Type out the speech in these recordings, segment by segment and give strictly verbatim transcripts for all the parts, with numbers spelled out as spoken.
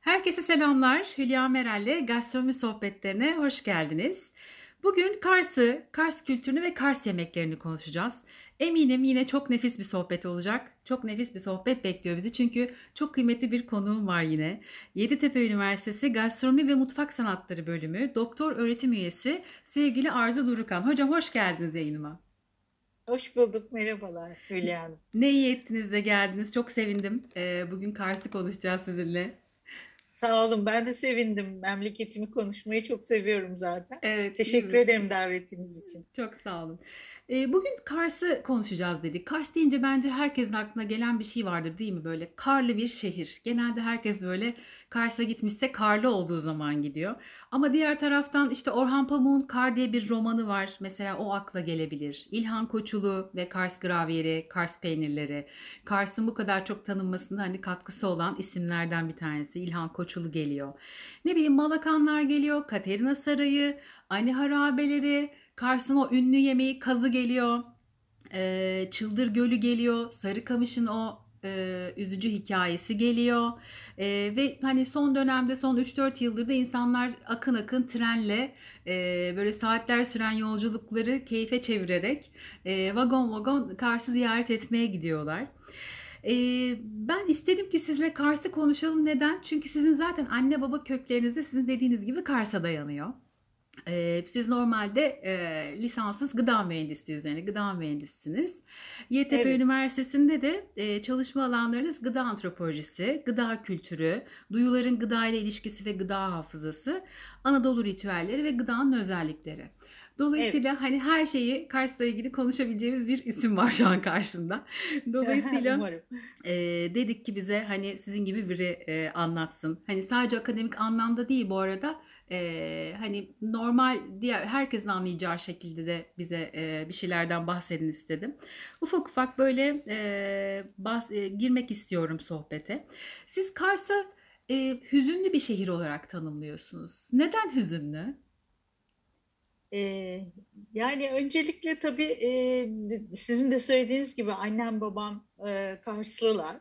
Herkese selamlar. Hülya Meral'le gastronomi sohbetlerine hoş geldiniz. Bugün Kars'ı, Kars kültürünü ve Kars yemeklerini konuşacağız. Eminim yine çok nefis bir sohbet olacak. Çok nefis bir sohbet bekliyor bizi çünkü çok kıymetli bir konuğum var yine. Yeditepe Üniversitesi Gastronomi ve Mutfak Sanatları Bölümü Doktor Öğretim Üyesi sevgili Arzu Durukan. Hocam hoş geldiniz yayınıma. Hoş bulduk, merhabalar Hülya Hanım. Ne iyi ettiniz de geldiniz. Çok sevindim. Ee, bugün Kars'ı konuşacağız sizinle. Sağ olun, ben de sevindim. Memleketimi konuşmayı çok seviyorum zaten. Evet, değil Teşekkür mi? ederim davetiniz için. Çok sağ olun. Ee, bugün Kars'ı konuşacağız dedik. Kars deyince bence herkesin aklına gelen bir şey vardır değil mi? Böyle karlı bir şehir. Genelde herkes böyle Kars'a gitmişse karlı olduğu zaman gidiyor. Ama diğer taraftan işte Orhan Pamuk'un Kar diye bir romanı var. Mesela o akla gelebilir. İlhan Koçulu ve Kars gravyeri, Kars peynirleri. Kars'ın bu kadar çok tanınmasında hani katkısı olan isimlerden bir tanesi. İlhan Koçulu geliyor. Ne bileyim Malakanlar geliyor, Katerina Sarayı, Ani Harabeleri, Kars'ın o ünlü yemeği kazı geliyor. Ee, Çıldır Gölü geliyor. Sarıkamış'ın o e, üzücü hikayesi geliyor. Ee, ve hani son dönemde son üç dört yıldır da insanlar akın akın trenle e, böyle saatler süren yolculukları keyfe çevirerek e, vagon vagon Kars'ı ziyaret etmeye gidiyorlar. Ee, ben istedim ki sizle Kars'ı konuşalım. Neden? Çünkü sizin zaten anne baba kökleriniz de sizin dediğiniz gibi Kars'a dayanıyor. Ee, siz normalde e, lisanssız gıda mühendisliği üzerine gıda mühendisisiniz. Yeditepe Evet, Üniversitesi'nde de e, çalışma alanlarınız gıda antropolojisi, gıda kültürü, duyuların gıda ile ilişkisi ve gıda hafızası, Anadolu ritüelleri ve gıdanın özellikleri. evet. Dolayısıyla hani her şeyi Kars'la ilgili konuşabileceğimiz bir isim var şu an karşımda. Dolayısıyla Umarım. e, dedik ki bize hani sizin gibi biri e, anlatsın. Hani sadece akademik anlamda değil bu arada. Ee, hani normal diğer herkesin anlayacağı şekilde de bize e, bir şeylerden bahsedin istedim. Ufak ufak böyle e, bahs- e, girmek istiyorum sohbete. Siz Kars'ı e, hüzünlü bir şehir olarak tanımlıyorsunuz. Neden hüzünlü? Ee, Yani öncelikle tabii e, sizin de söylediğiniz gibi annem babam e, Karslılar.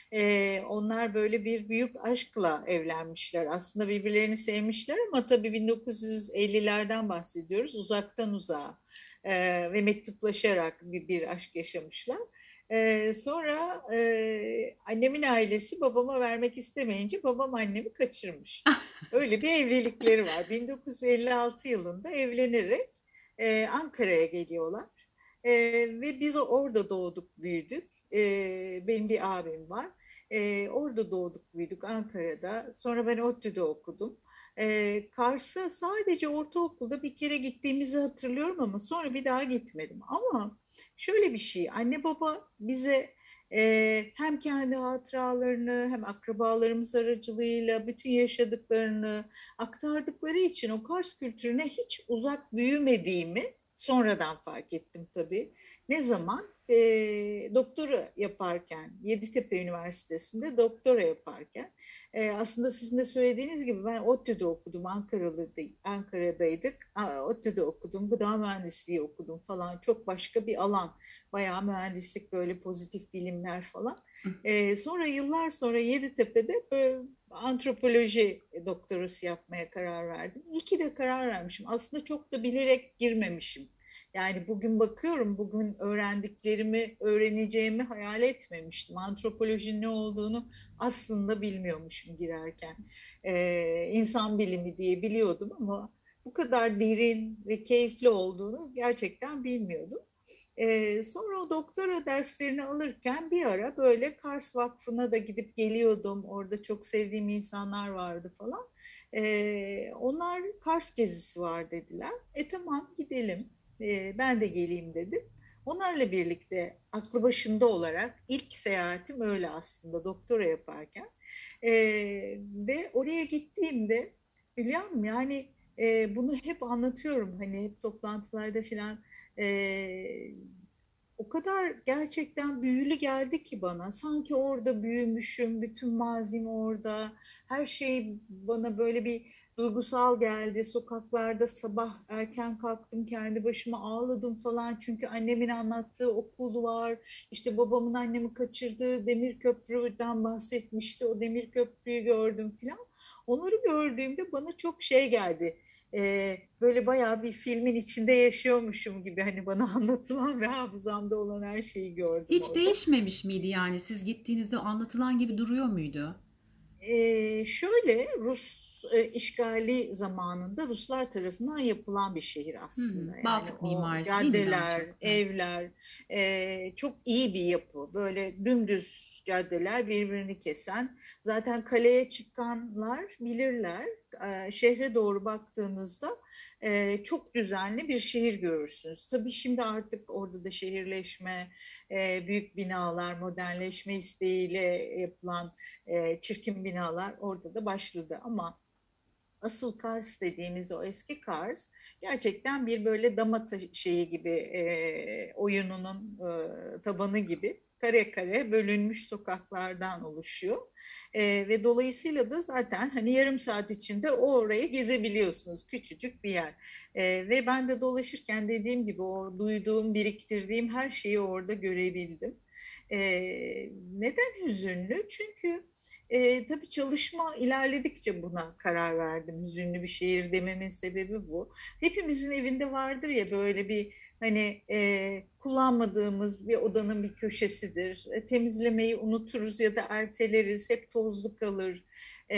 E, onlar böyle bir büyük aşkla evlenmişler. Aslında birbirlerini sevmişler ama tabii bin dokuz yüz ellilerden bahsediyoruz. Uzaktan uzağa e, ve mektuplaşarak bir, bir aşk yaşamışlar. E, sonra e, annemin ailesi babama vermek istemeyince babam annemi kaçırmış. Öyle bir evlilikleri var. bin dokuz yüz elli altı yılında evlenerek e, Ankara'ya geliyorlar. E, Ve biz orada doğduk, büyüdük. E, benim bir abim var. E, orada doğduk, büyüdük Ankara'da. Sonra ben ODTÜ'de okudum. E, Kars'a sadece ortaokulda bir kere gittiğimizi hatırlıyorum ama sonra bir daha gitmedim. Ama şöyle bir şey, anne baba bize ee, hem kendi hatıralarını hem akrabalarımız aracılığıyla bütün yaşadıklarını aktardıkları için o Kars kültürüne hiç uzak büyümediğimi sonradan fark ettim tabii. Ne zaman? Ee, doktora yaparken, Yeditepe Üniversitesi'nde doktora yaparken, e, aslında sizin de söylediğiniz gibi ben ODTÜ'de okudum, Ankaralı, Ankara'daydık. Aa, ODTÜ'de okudum, gıda mühendisliği okudum falan. Çok başka bir alan. Bayağı mühendislik, böyle pozitif bilimler falan. Ee, sonra yıllar sonra Yeditepe'de böyle antropoloji doktorası yapmaya karar verdim. İyi ki de karar vermişim. Aslında çok da bilerek girmemişim. Yani bugün bakıyorum, bugün öğrendiklerimi, öğreneceğimi hayal etmemiştim. Antropolojinin ne olduğunu aslında bilmiyormuşum girerken. Ee, insan bilimi diye biliyordum ama bu kadar derin ve keyifli olduğunu gerçekten bilmiyordum. Ee, sonra o doktora derslerini alırken bir ara böyle Kars Vakfı'na da gidip geliyordum. Orada çok sevdiğim insanlar vardı falan. Ee, onlar Kars gezisi var dediler. E tamam gidelim. Ee, ben de geleyim dedim. Onlarla birlikte aklı başında olarak ilk seyahatim öyle aslında doktora yaparken. Ee, Ve oraya gittiğimde Hülya'm yani e, bunu hep anlatıyorum hani hep toplantılarda filan e, o kadar gerçekten büyülü geldi ki bana. Sanki orada büyümüşüm, bütün mazim orada. Her şey bana böyle bir duygusal geldi. Sokaklarda sabah erken kalktım, kendi başıma ağladım falan. Çünkü annemin anlattığı okul var. İşte babamın annemi kaçırdığı demir köprüden bahsetmişti. O demir köprüyü gördüm falan. Onları gördüğümde bana çok şey geldi. Ee, böyle bayağı bir filmin içinde yaşıyormuşum gibi, hani bana anlatılan ve hafızamda olan her şeyi gördüm Hiç orada. değişmemiş miydi yani? Siz gittiğinizde o anlatılan gibi duruyor muydu? Ee, şöyle, Rus e, işgali zamanında Ruslar tarafından yapılan bir şehir Hı hı. aslında. Yani Baltık o mimarisi değil mi daha caddeler, çok? Evet. evler e, çok iyi bir yapı. Böyle dümdüz caddeler, birbirini kesen. Zaten kaleye çıkanlar bilirler. E, şehre doğru baktığınızda e, çok düzenli bir şehir görürsünüz. Tabii şimdi artık orada da şehirleşme, e, büyük binalar, modernleşme isteğiyle yapılan e, çirkin binalar orada da başladı. Ama asıl Kars dediğimiz o eski Kars gerçekten bir böyle dama şeyi gibi, e, oyununun e, tabanı gibi kare kare bölünmüş sokaklardan oluşuyor. E, ve dolayısıyla da zaten hani yarım saat içinde o orayı gezebiliyorsunuz. Küçücük bir yer. E, ve ben de dolaşırken dediğim gibi o duyduğum, biriktirdiğim her şeyi orada görebildim. E, neden hüzünlü? Çünkü e, tabii çalışma ilerledikçe buna karar verdim. Hüzünlü bir şehir dememin sebebi bu. Hepimizin evinde vardır ya böyle bir, hani e, kullanmadığımız bir odanın bir köşesidir. E, temizlemeyi unuturuz ya da erteleriz. Hep tozlu kalır. E,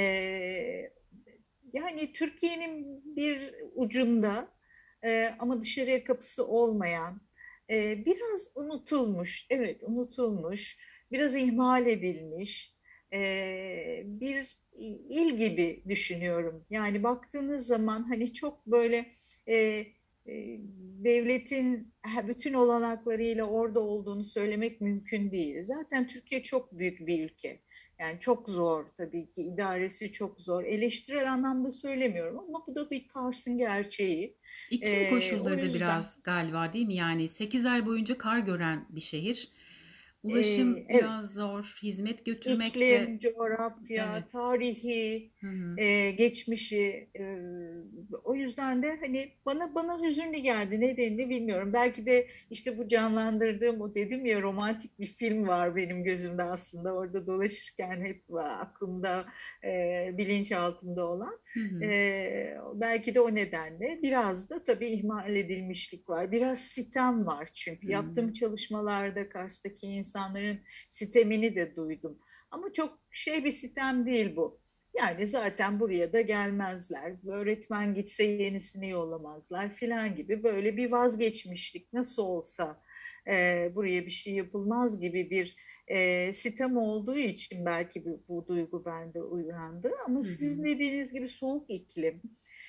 yani Türkiye'nin bir ucunda, e, ama dışarıya kapısı olmayan, e, biraz unutulmuş, evet unutulmuş, biraz ihmal edilmiş e, bir il gibi düşünüyorum. Yani baktığınız zaman hani çok böyle e, e, devletin bütün olanaklarıyla orada olduğunu söylemek mümkün değil. Zaten Türkiye çok büyük bir ülke. Yani çok zor tabii ki, idaresi çok zor. Eleştirel anlamda söylemiyorum ama bu da bir Kars'ın gerçeği. İklim Ee, o koşulları da yüzden biraz galiba değil mi? Yani sekiz ay boyunca kar gören bir şehir. e, Ulaşım evet. biraz zor. Hizmet götürmekte İklim, coğrafya, evet. tarihi, Hı hı. e, geçmişi. E, o yüzden de hani bana bana hüzünlü geldi. Nedenini bilmiyorum. Belki de işte bu canlandırdığım, o dedim ya, romantik bir film var benim gözümde aslında. Orada dolaşırken hep aklımda, e, bilinçaltımda olan. Hı hı. E, belki de o nedenle biraz da tabii ihmal edilmişlik var. Biraz sitem var çünkü. Hı hı. Yaptığım çalışmalarda Kars'taki insanların sitemini de duydum. Ama çok şey bir sistem değil bu. Yani zaten buraya da gelmezler. Öğretmen gitse yenisini yollamazlar filan gibi böyle bir vazgeçmişlik, nasıl olsa e, buraya bir şey yapılmaz gibi bir e, sitem olduğu için belki bu, bu duygu bende uyandı. Ama Hı sizin hı. dediğiniz gibi soğuk iklim,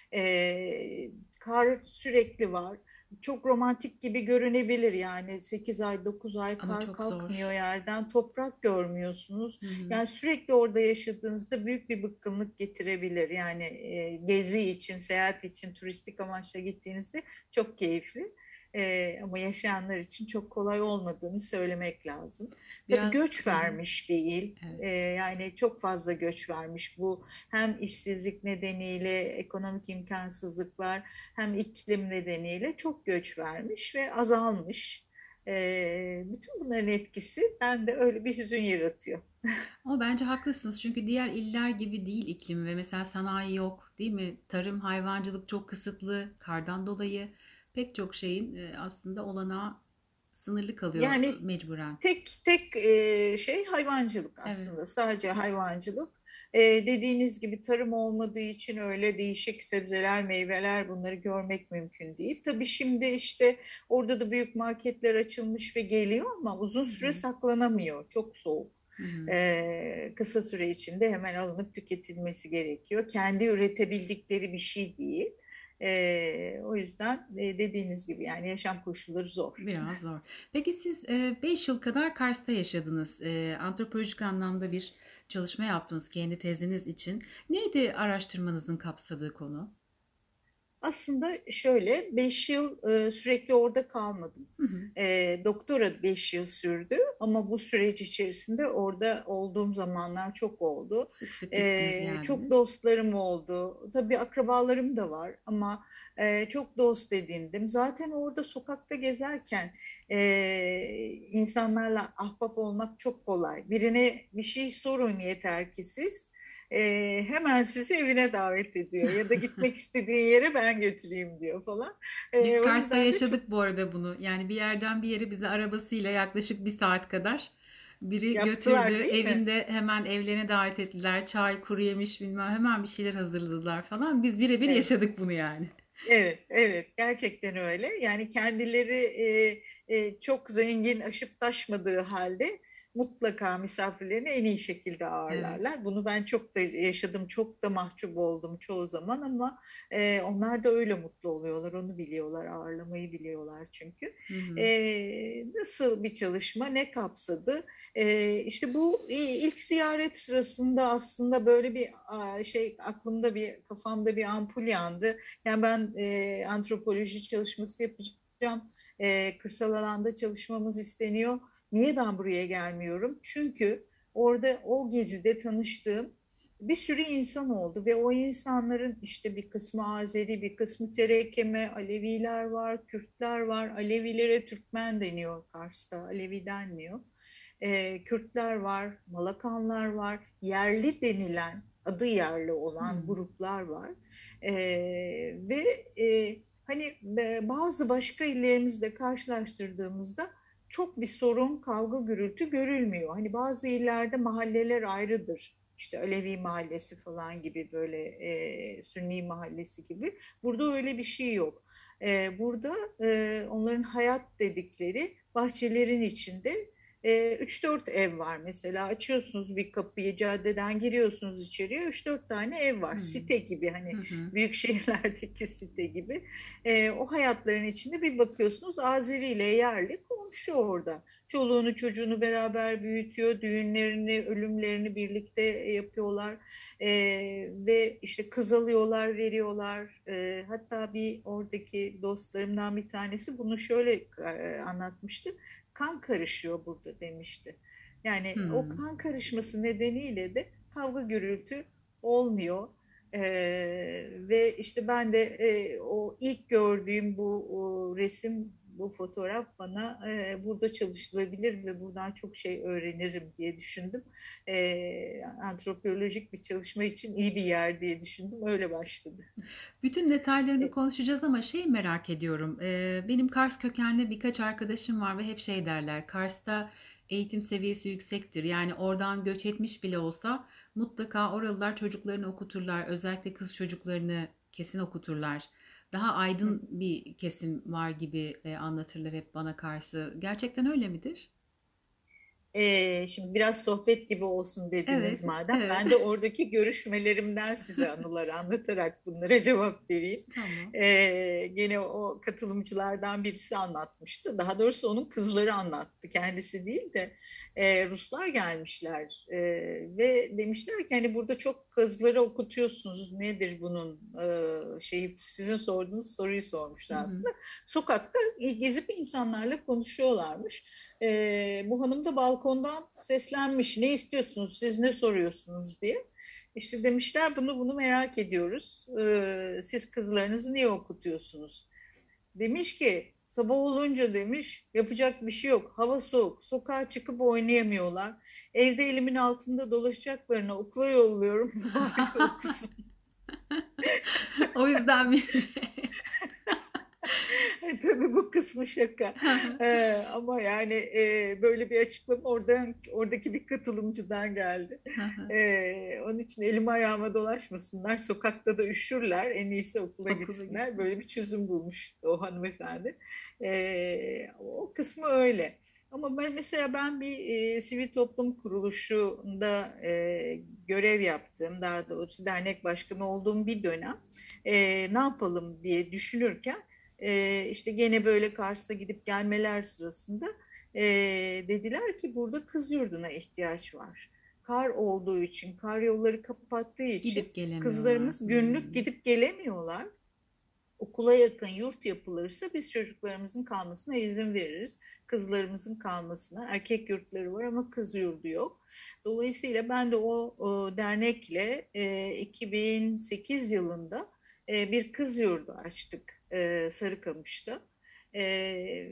e, kar sürekli var. Çok romantik gibi görünebilir, yani sekiz ay dokuz ay Ama kar çok kalkmıyor zor. yerden, toprak görmüyorsunuz. Hı hı. Yani sürekli orada yaşadığınızda büyük bir bıkkınlık getirebilir. Yani e, gezi için, seyahat için, turistik amaçla gittiğinizde çok keyifli. E, ama yaşayanlar için çok kolay olmadığını söylemek lazım. Tabii Biraz göç hı hı. vermiş bir il. Evet. E, yani çok fazla göç vermiş. Bu hem işsizlik nedeniyle, ekonomik imkansızlıklar, hem iklim nedeniyle çok göç vermiş ve azalmış. Ee, bütün bunların etkisi bende öyle bir hüzün yaratıyor. Ama bence haklısınız çünkü diğer iller gibi değil iklim ve mesela sanayi yok, değil mi? Tarım, hayvancılık çok kısıtlı kardan dolayı pek çok şeyin e, aslında olanağı sınırlı kalıyor Yani e, mecburen. tek tek e, şey hayvancılık Evet. aslında, sadece hayvancılık. E, dediğiniz gibi tarım olmadığı için öyle değişik sebzeler, meyveler, bunları görmek mümkün değil. Tabii şimdi işte orada da büyük marketler açılmış ve geliyor ama uzun Hı süre hı. saklanamıyor. Çok soğuk. Hı hı. E, kısa süre içinde hemen alınıp tüketilmesi gerekiyor. Kendi üretebildikleri bir şey değil. E, o yüzden e, dediğiniz gibi yani yaşam koşulları zor. Biraz zor. Peki siz beş yıl kadar Kars'ta yaşadınız. E, antropolojik anlamda bir çalışma yaptınız kendi teziniz için. Neydi araştırmanızın kapsadığı konu? Aslında şöyle, beş yıl e, sürekli orada kalmadım. Hı hı. E, doktora beş yıl sürdü ama bu süreç içerisinde orada olduğum zamanlar çok oldu. Sık sık gittiniz E, çok geldiniz. dostlarım oldu. Tabii akrabalarım da var ama e, çok dost edindim. Zaten orada sokakta gezerken e, insanlarla ahbap olmak çok kolay. Birine bir şey sorun yeter ki siz. e, hemen sizi evine davet ediyor ya da gitmek istediğin yere ben götüreyim diyor falan. Biz E, o Kars'ta yüzden de çok yaşadık bu arada bunu. Yani bir yerden bir yere bizi arabasıyla yaklaşık bir saat kadar biri götürdü. yaptılar değil mi? Evinde hemen evlerine davet ettiler. Çay, kuru yemiş bilmem hemen bir şeyler hazırladılar falan. Biz birebir Evet. yaşadık bunu yani. Evet, evet, gerçekten öyle. Yani kendileri e, e, çok zengin, aşıp taşmadığı halde mutlaka misafirlerini en iyi şekilde Evet. ağırlarlar. Bunu ben çok da yaşadım, çok da mahcup oldum çoğu zaman ama e, onlar da öyle mutlu oluyorlar, onu biliyorlar, ağırlamayı biliyorlar çünkü. Hı hı. E, nasıl bir çalışma, ne kapsadı? E, işte bu ilk ziyaret sırasında aslında böyle bir a, şey aklımda bir kafamda bir ampul yandı. Yani ben e, antropoloji çalışması yapacağım. E, kırsal alanda çalışmamız isteniyor. Niye ben buraya gelmiyorum? Çünkü orada o gezide tanıştığım bir sürü insan oldu ve o insanların işte bir kısmı Azeri, bir kısmı Terekeme, Aleviler var, Kürtler var. Alevilere Türkmen deniyor Kars'ta, Alevi denmiyor. E, Kürtler var, Malakanlar var, yerli denilen, adı yerli Hı. olan gruplar var. E, ve e, hani e, bazı başka illerimizle karşılaştırdığımızda çok bir sorun, kavga, gürültü görülmüyor. Hani bazı illerde mahalleler ayrıdır. İşte Alevi mahallesi falan gibi böyle e, Sünni mahallesi gibi. Burada öyle bir şey yok. E, burada e, onların hayat dedikleri bahçelerin içinde e, üç dört ev var mesela. Açıyorsunuz bir kapıyı, caddeden giriyorsunuz içeriye. Üç dört tane ev var. Hı. Site gibi hani Hı hı. büyük şehirlerdeki site gibi. E, o hayatların içinde bir bakıyorsunuz Azeri ile yerli komşu orada. Çoluğunu çocuğunu beraber büyütüyor. Düğünlerini, ölümlerini birlikte yapıyorlar. E, ve işte kız alıyorlar, veriyorlar. E, hatta bir oradaki dostlarımdan bir tanesi bunu şöyle e, anlatmıştı, kan karışıyor burada demişti. Yani o Hı. kan karışması nedeniyle de kavga gürültü olmuyor. Ee, ve işte ben de e, o ilk gördüğüm bu o resim, bu fotoğraf bana e, burada çalışılabilir ve buradan çok şey öğrenirim diye düşündüm. Ee, antropolojik bir çalışma için iyi bir yer diye düşündüm. Öyle başladı. Bütün detaylarını E, konuşacağız ama şey merak ediyorum. Ee, benim Kars kökenli birkaç arkadaşım var ve hep şey derler. Kars'ta eğitim seviyesi yüksektir. Yani oradan göç etmiş bile olsa mutlaka oralılar çocuklarını okuturlar. Özellikle kız çocuklarını kesin okuturlar. Daha aydın bir kesim var gibi e, anlatırlar hep bana Kars'ı. Gerçekten öyle midir? Ee, şimdi biraz sohbet gibi olsun dediniz Evet, madem. evet. Ben de oradaki görüşmelerimden size anılar anlatarak bunlara cevap vereyim. Tamam. Ee, gene o katılımcılardan birisi anlatmıştı. Daha doğrusu onun kızları anlattı. Kendisi değil de e, Ruslar gelmişler. E, ve demişler ki hani burada çok kızları okutuyorsunuz. Nedir bunun e, şeyi? Sizin sorduğunuz soruyu Hı sormuşlar hı. aslında. Sokakta gezip insanlarla konuşuyorlarmış. Ee, bu hanım da balkondan seslenmiş. Ne istiyorsunuz, siz ne soruyorsunuz diye. İşte demişler bunu bunu merak ediyoruz. Ee, siz kızlarınızı niye okutuyorsunuz? Demiş ki sabah olunca demiş yapacak bir şey yok. Hava soğuk. Sokağa çıkıp oynayamıyorlar. Evde elimin altında dolaşacaklarına okula yolluyorum. Bari okusun. O yüzden mi? Tabii bu kısmı şaka. Ee, ama yani e, böyle bir açıklama oradan oradaki bir katılımcıdan geldi. Ee, onun için elim ayağıma dolaşmasınlar. Sokakta da üşürler. En iyisi okula Okula gitsinler. gitsin. Böyle bir çözüm bulmuş o hanımefendi. Ee, o kısmı öyle. Ama ben mesela ben bir e, sivil toplum kuruluşunda e, görev yaptım. Daha doğrusu dernek başkanı olduğum bir dönem e, ne yapalım diye düşünürken e, işte gene böyle Kars'a gidip gelmeler sırasında e, dediler ki burada kız yurduna ihtiyaç var. Kar olduğu için, kar yolları kapattığı için Gidip gelemiyorlar. kızlarımız günlük Hmm. gidip gelemiyorlar. Okula yakın yurt yapılırsa biz çocuklarımızın kalmasına izin veririz. Kızlarımızın kalmasına. Erkek yurtları var ama kız yurdu yok. Dolayısıyla ben de o, o dernekle e, iki bin sekiz yılında e, bir kız yurdu açtık e, Sarıkamış'ta. E,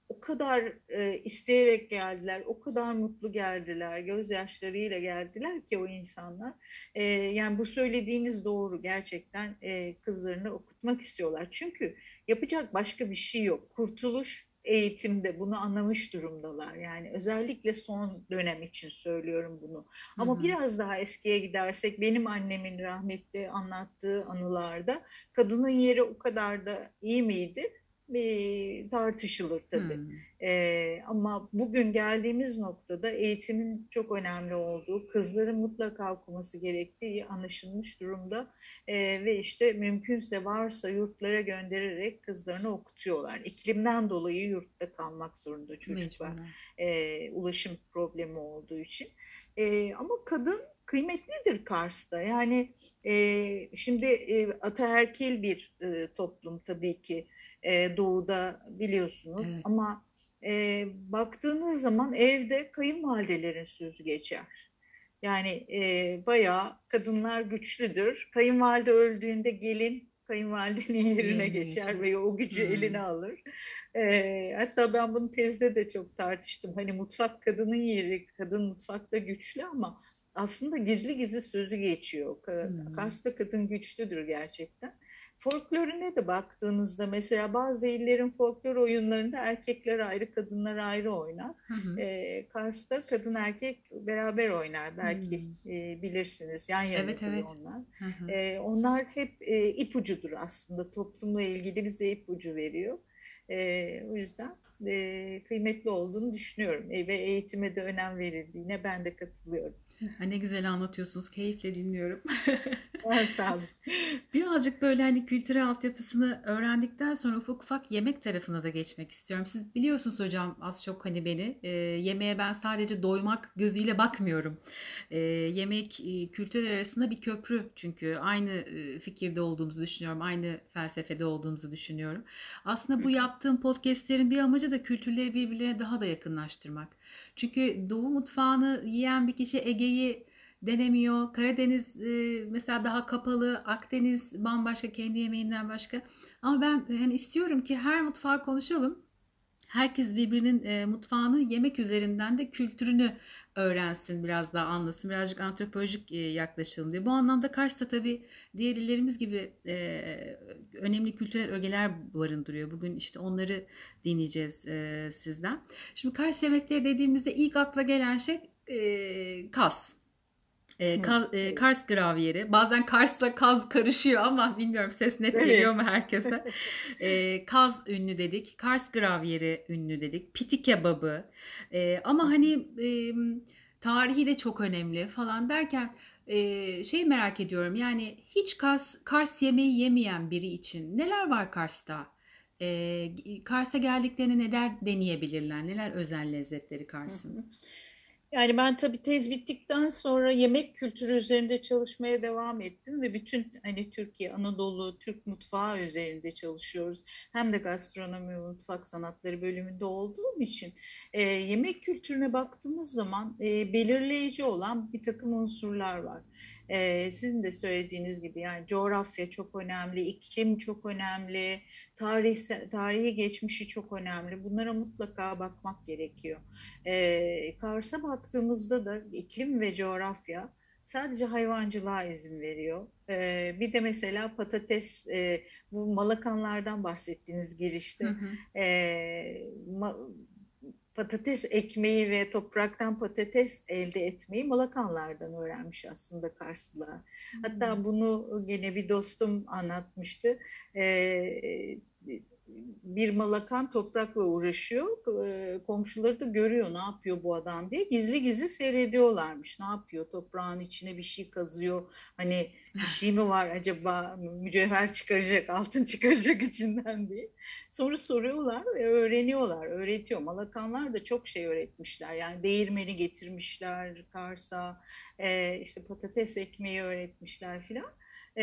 o kadar e, isteyerek geldiler, o kadar mutlu geldiler, gözyaşlarıyla geldiler ki o insanlar. E, yani bu söylediğiniz doğru, gerçekten e, kızlarını okutmak istiyorlar. Çünkü yapacak başka bir şey yok. Kurtuluş eğitimde, bunu anlamış durumdalar. Yani özellikle son dönem için söylüyorum bunu. Hı Ama hı. biraz daha eskiye gidersek, benim annemin rahmetli anlattığı anılarda kadının yeri o kadar da iyi miydi? Bir tartışılır tabii. Hı. Ee, ama bugün geldiğimiz noktada eğitimin çok önemli olduğu, kızların mutlaka okuması gerektiği anlaşılmış durumda. Ee, ve işte mümkünse varsa yurtlara göndererek kızlarını okutuyorlar. İklimden dolayı yurtta kalmak zorunda çocuklar. Mecburen. Ee, ulaşım problemi olduğu için. Ee, ama kadın kıymetlidir Kars'ta. Yani e, şimdi e, ataerkil bir e, toplum tabii ki, e, doğuda biliyorsunuz, Evet. ama e, baktığınız zaman evde kayınvalidelerin sözü geçer. Yani e, bayağı kadınlar güçlüdür. Kayınvalide öldüğünde gelin kayınvalidenin yerine Yerine geçer geçer. ve o gücü Hı. eline alır. E, hatta ben bunu tezde de çok tartıştım. Hani mutfak kadının yeri, kadın mutfakta güçlü ama aslında gizli gizli sözü geçiyor. Hı. Ka- Karşıda kadın güçlüdür gerçekten. Folklorine de baktığınızda mesela bazı illerin folklor oyunlarında erkekler ayrı, kadınlar ayrı oynar. Hı hı. E, Kars'ta kadın erkek beraber oynar, Hı. belki e, bilirsiniz, yan Evet, yanadır evet. onlar. Hı hı. E, onlar hep e, ipucudur aslında, toplumla ilgili bize ipucu veriyor. E, o yüzden e, kıymetli olduğunu düşünüyorum. E, ve eğitime de önem verildiğine ben de katılıyorum. Ay, ne güzel anlatıyorsunuz. Keyifle dinliyorum. Ha, sağ olun. Birazcık böyle hani kültürel altyapısını öğrendikten sonra ufak ufak yemek tarafına da geçmek istiyorum. Siz biliyorsunuz hocam az çok hani beni. E, yemeğe ben sadece doymak gözüyle bakmıyorum. E, yemek e, kültürler arasında bir köprü çünkü aynı e, fikirde olduğumuzu düşünüyorum. Aynı felsefede olduğumuzu düşünüyorum. Aslında bu yaptığım podcastlerin bir amacı da kültürleri birbirlerine daha da yakınlaştırmak. Çünkü Doğu mutfağını yiyen bir kişi Ege'yi denemiyor. Karadeniz e, mesela daha kapalı, Akdeniz bambaşka kendi yemeğinden başka. Ama ben hani istiyorum ki her mutfağı konuşalım. Herkes birbirinin e, mutfağını yemek üzerinden de kültürünü öğrensin, biraz daha anlasın, birazcık antropolojik e, yaklaşalım diye. Bu anlamda Kars'ta tabii diğer illerimiz gibi e, önemli kültürel ögeler barındırıyor. Bugün işte onları dinleyeceğiz e, sizden. Şimdi Kars yemekleri dediğimizde ilk akla gelen şey e, kas. E, Hı, Ka- e, evet. Kars gravyeri. Bazen Kars'la Kaz karışıyor ama bilmiyorum ses net geliyor Evet. mu herkese. E, Kaz ünlü dedik. Kars gravyeri ünlü dedik. Piti kebabı. E, ama hani e, tarihi de çok önemli falan derken e, şey merak ediyorum. Yani hiç Kars, Kars yemeği yemeyen biri için neler var Kars'ta? E, Kars'a geldiklerinde neler deneyebilirler? Neler özel lezzetleri Hı Kars'ın? hı. Yani ben tabii tez bittikten sonra yemek kültürü üzerinde çalışmaya devam ettim ve bütün hani Türkiye, Anadolu, Türk mutfağı üzerinde çalışıyoruz. Hem de gastronomi ve mutfak sanatları bölümünde olduğum için e, yemek kültürüne baktığımız zaman e, belirleyici olan bir takım unsurlar var. E, sizin de söylediğiniz gibi yani coğrafya çok önemli, iklim çok önemli, tarih, tarihi geçmişi çok önemli. Bunlara mutlaka bakmak gerekiyor. E, Kars'a baktığımızda da iklim ve coğrafya sadece hayvancılığa izin veriyor. E, bir de mesela patates, e, bu Malakanlardan bahsettiğiniz Hı girişte, hı. e, ma- patates ekmeği ve topraktan patates elde etmeyi Malakanlardan öğrenmiş aslında Karslılar. Hatta Hmm. bunu gene bir dostum anlatmıştı. E, Bir Malakan toprakla uğraşıyor. E, komşuları da görüyor ne yapıyor bu adam diye. Gizli gizli seyrediyorlarmış. Ne yapıyor? Toprağın içine bir şey kazıyor. Hani bir şey mi var acaba, mücevher çıkaracak, altın çıkaracak içinden diye. Soru soruyorlar ve öğreniyorlar, öğretiyor. Malakanlar da çok şey öğretmişler. Yani değirmeni getirmişler Kars'a, e, işte patates ekmeği öğretmişler filan.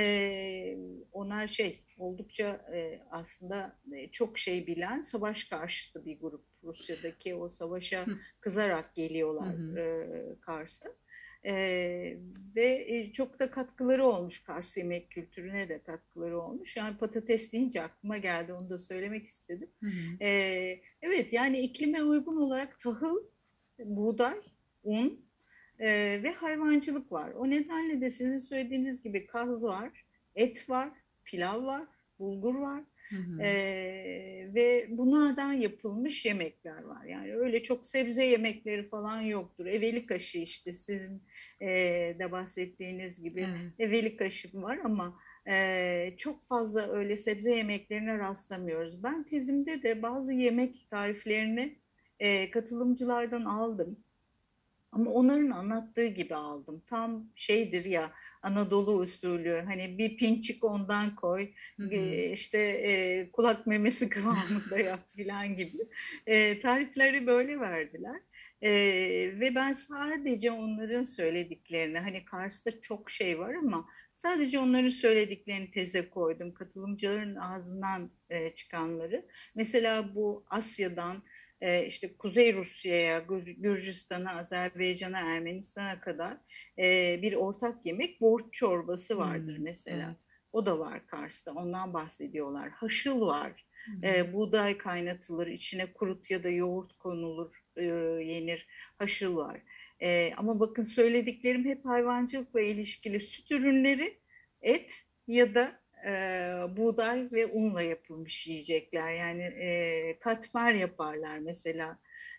E, Onlar şey oldukça e, aslında e, çok şey bilen, savaş karşıtı bir grup. Rusya'daki o savaşa Hı kızarak hı. geliyorlar Hı. e, Kars'a. Ee, ve e, çok da katkıları olmuş, Kars yemek kültürüne de katkıları olmuş. Yani patates deyince aklıma geldi, onu da söylemek istedim. Hı hı. Ee, evet, yani iklime uygun olarak tahıl, buğday, un e, ve hayvancılık var. O nedenle de sizin söylediğiniz gibi kaz var, et var, pilav var, bulgur var. Hı hı. Ee, ve bunlardan yapılmış yemekler var. Yani öyle çok sebze yemekleri falan yoktur. Evelik aşı, işte sizin e, de bahsettiğiniz gibi Evet. evelik aşı var ama e, çok fazla öyle sebze yemeklerine rastlamıyoruz. Ben tezimde de bazı yemek tariflerini e, katılımcılardan aldım. Ama onların anlattığı gibi aldım. Tam şeydir ya, Anadolu usulü, hani bir pinçik ondan koy, Hı hı. e, işte e, kulak memesi kıvamında yap filan gibi. E, tarifleri böyle verdiler. E, ve ben sadece onların söylediklerini, hani Kars'ta çok şey var ama sadece onların söylediklerini teze koydum. Katılımcıların ağzından e, çıkanları. Mesela bu Asya'dan e, işte Kuzey Rusya'ya, Gürcistan'a, Azerbaycan'a, Ermenistan'a kadar e, bir ortak yemek, borç çorbası vardır Hmm, mesela. evet. O da var Kars'ta. Ondan bahsediyorlar. Haşıl var. Hı hı. E, buğday kaynatılır, içine kurut ya da yoğurt konulur, e, yenir. Haşıl var. E, ama bakın, söylediklerim hep hayvancılıkla ilişkili. Süt ürünleri, et ya da e, buğday ve unla yapılmış yiyecekler. Yani e, katmer yaparlar mesela.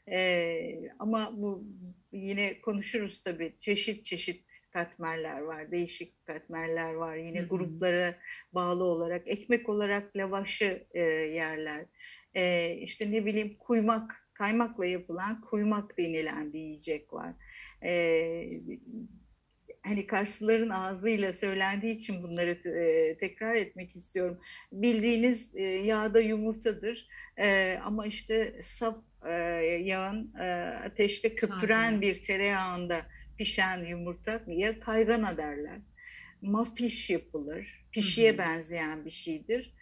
E, ama bu, yine konuşuruz tabii. Çeşit çeşit katmerler var, değişik katmerler var. Hı Yine hı. gruplara bağlı olarak ekmek olarak lavaşı e, yerler. E, işte ne bileyim, kuymak, kaymakla yapılan kuymak denilen bir yiyecek var. E, hani Karslıların ağzıyla söylendiği için bunları e, tekrar etmek istiyorum. Bildiğiniz e, yağda yumurtadır. E, ama işte saf e, yağın e, ateşte Sade köpüren yağ. bir tereyağında pişen yumurta ya kaygana derler. Mafiş yapılır. Hı hı. Pişiye benzeyen bir şeydir.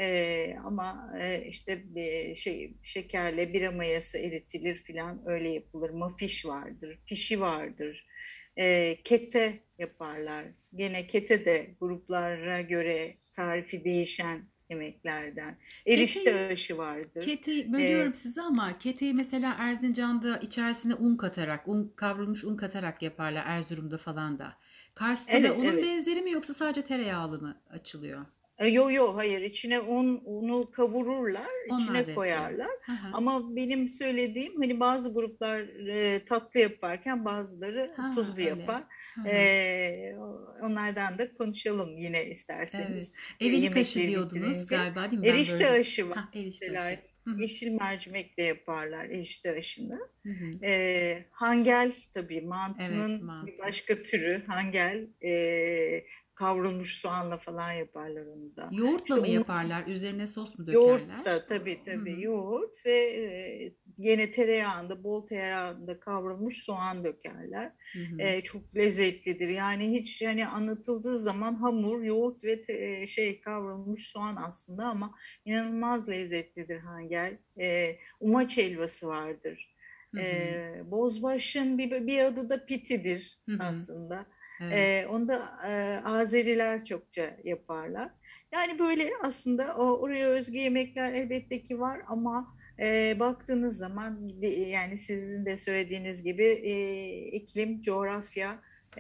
E, ama e, işte bir şey, şekerle bira mayası eritilir filan, öyle yapılır. Mafiş vardır, pişi vardır. E, kete yaparlar. Gene kete de gruplara göre tarifi değişen yemeklerden. Erişte Keteyi, aşı vardır. keteyi E, bölüyorum sizi ama keteyi mesela Erzincan'da içerisine un katarak, un kavrulmuş un katarak yaparlar Erzurum'da falan da. Kars'ta da evet, onun evet. benzeri mi yoksa sadece tereyağlı mı açılıyor? E, Yo yo, hayır, içine un, unu kavururlar, Onlar da içine yapıyor. koyarlar. Hı hı. Ama benim söylediğim, hani bazı gruplar e, tatlı yaparken bazıları Ha tuzlu öyle. yapar. Hı hı. E, onlardan da konuşalım yine Evet. isterseniz. E, Evelik aşı yemekleri diyordunuz bitirince. galiba değil mi? Ben Erişte böldüm. aşı var. Ha erişte aşı. Mesela Hı hı. yeşil mercimekle yaparlar erişte aşını. Hı hı. E, hangel, tabii Evet mantının bir mantı. başka türü hangel. E, kavrulmuş soğanla falan yaparlar onu da. Yoğurtla İşte mı un, yaparlar? Üzerine sos mu yoğurt dökerler? da, O- tabii Hı tabii, hı. yoğurt ve e, yine tereyağında, bol tereyağında kavrulmuş soğan dökerler. Hı hı. E, çok lezzetlidir. Yani hiç, yani anlatıldığı zaman hamur, yoğurt ve te- e, şey kavrulmuş soğan aslında, ama inanılmaz lezzetlidir hangel. E, umaç helvası vardır. Hı hı. E, bozbaşın bir, bir adı da pitidir Hı hı. aslında. Evet. E, onu da e, Azeriler çokça yaparlar. Yani böyle aslında o, oraya özgü yemekler elbette ki var ama e, baktığınız zaman de- yani sizin de söylediğiniz gibi e, iklim, coğrafya,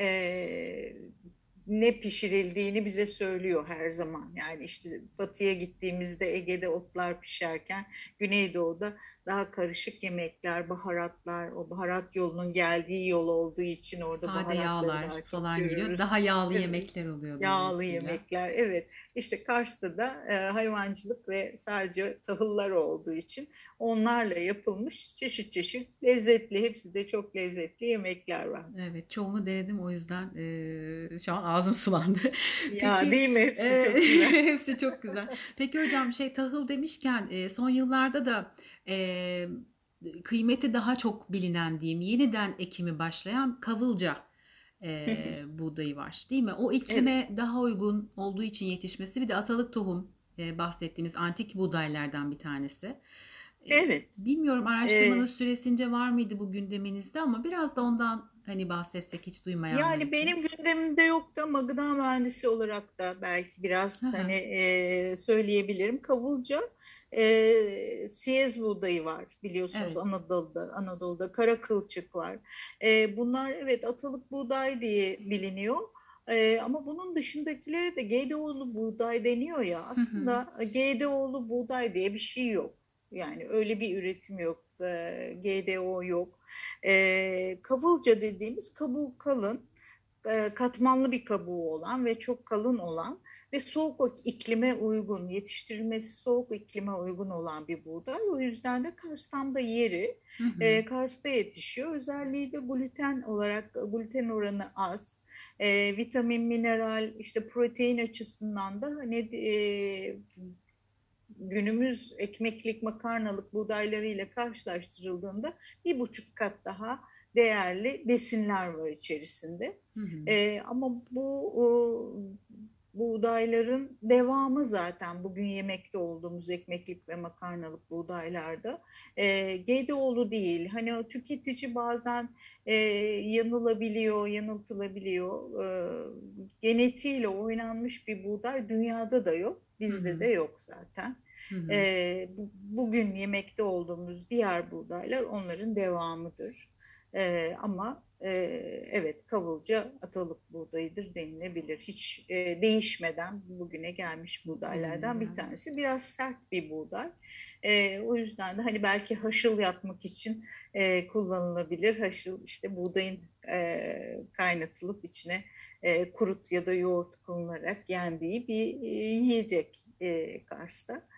e, ne pişirildiğini bize söylüyor her zaman. Yani işte batıya gittiğimizde Ege'de otlar pişerken Güneydoğu'da daha karışık yemekler, baharatlar, o baharat yolunun geldiği yol olduğu için orada Sade baharatları yağlar daha çok falan giriyor. görürüz. Daha yağlı Evet. yemekler oluyor Yağlı dolayısıyla. yemekler, evet. İşte Kars'ta da e, hayvancılık ve sadece tahıllar olduğu için onlarla yapılmış çeşit çeşit lezzetli, hepsi de çok lezzetli yemekler var. Evet, çoğunu denedim o yüzden eee, şu an ağzım sulandı. Ya, Peki değil mi? Hepsi eee, çok güzel. hepsi çok güzel. Peki hocam şey tahıl demişken eee, son yıllarda da eee, kıymeti daha çok bilinen diyeyim yeniden ekimi başlayan kavılca eee buğdayı var, değil mi? O Evet, iklime daha uygun olduğu için yetişmesi bir de atalık tohum eee, bahsettiğimiz antik buğdaylardan bir tanesi. Eee, evet. bilmiyorum araştırmanın E, süresince var mıydı bu gündeminizde ama biraz da ondan Hani bahsetsek hiç duymayanlar Yani için. benim gündemimde yoktu ama gıda mühendisi olarak da belki Hı biraz hani hı. e, söyleyebilirim. Kavulca e, siyez buğdayı var biliyorsunuz Evet. Anadolu'da. Anadolu'da kara kılçık var. E, bunlar evet atalık buğday diye biliniyor. E, ama bunun dışındakilere de G D O'lu buğday deniyor ya. Hı hı. Aslında G D O'lu buğday diye bir şey yok. Yani öyle bir üretim yok. E, G D O yok. E, kavulca dediğimiz kabuğu kalın, e, katmanlı bir kabuğu olan ve çok kalın olan ve soğuk iklime uygun, yetiştirilmesi soğuk iklime uygun olan bir buğday. O yüzden de Kars'tan da yeri, Hı hı. e, Kars'ta yetişiyor. Özelliği de gluten olarak, gluten oranı az. E, vitamin, mineral, işte protein açısından da hani e, günümüz ekmeklik, makarnalık buğdaylarıyla karşılaştırıldığında bir buçuk kat daha değerli besinler var içerisinde. Hı hı. Ee, ama bu o, buğdayların devamı zaten bugün yemekte olduğumuz ekmeklik ve makarnalık buğdaylarda e, G D O'lu değil. Hani o tüketici bazen e, yanılabiliyor, yanıltılabiliyor. E, genetiğiyle oynanmış bir buğday dünyada da yok, Hı bizde de hı. yok zaten. Hı hı. E, bu, bugün yemekte olduğumuz diğer buğdaylar onların devamıdır. E, ama e, evet kavulca atalık buğdayıdır denilebilir. Hiç e, değişmeden bugüne gelmiş Bugüne buğdaylardan bir geldi. tanesi. Biraz sert bir buğday. E, o yüzden de hani belki haşıl yapmak için e, kullanılabilir. Haşıl işte buğdayın e, kaynatılıp içine e, kurut ya da yoğurt konularak yendiği bir e, yiyecek e, Kars'ta.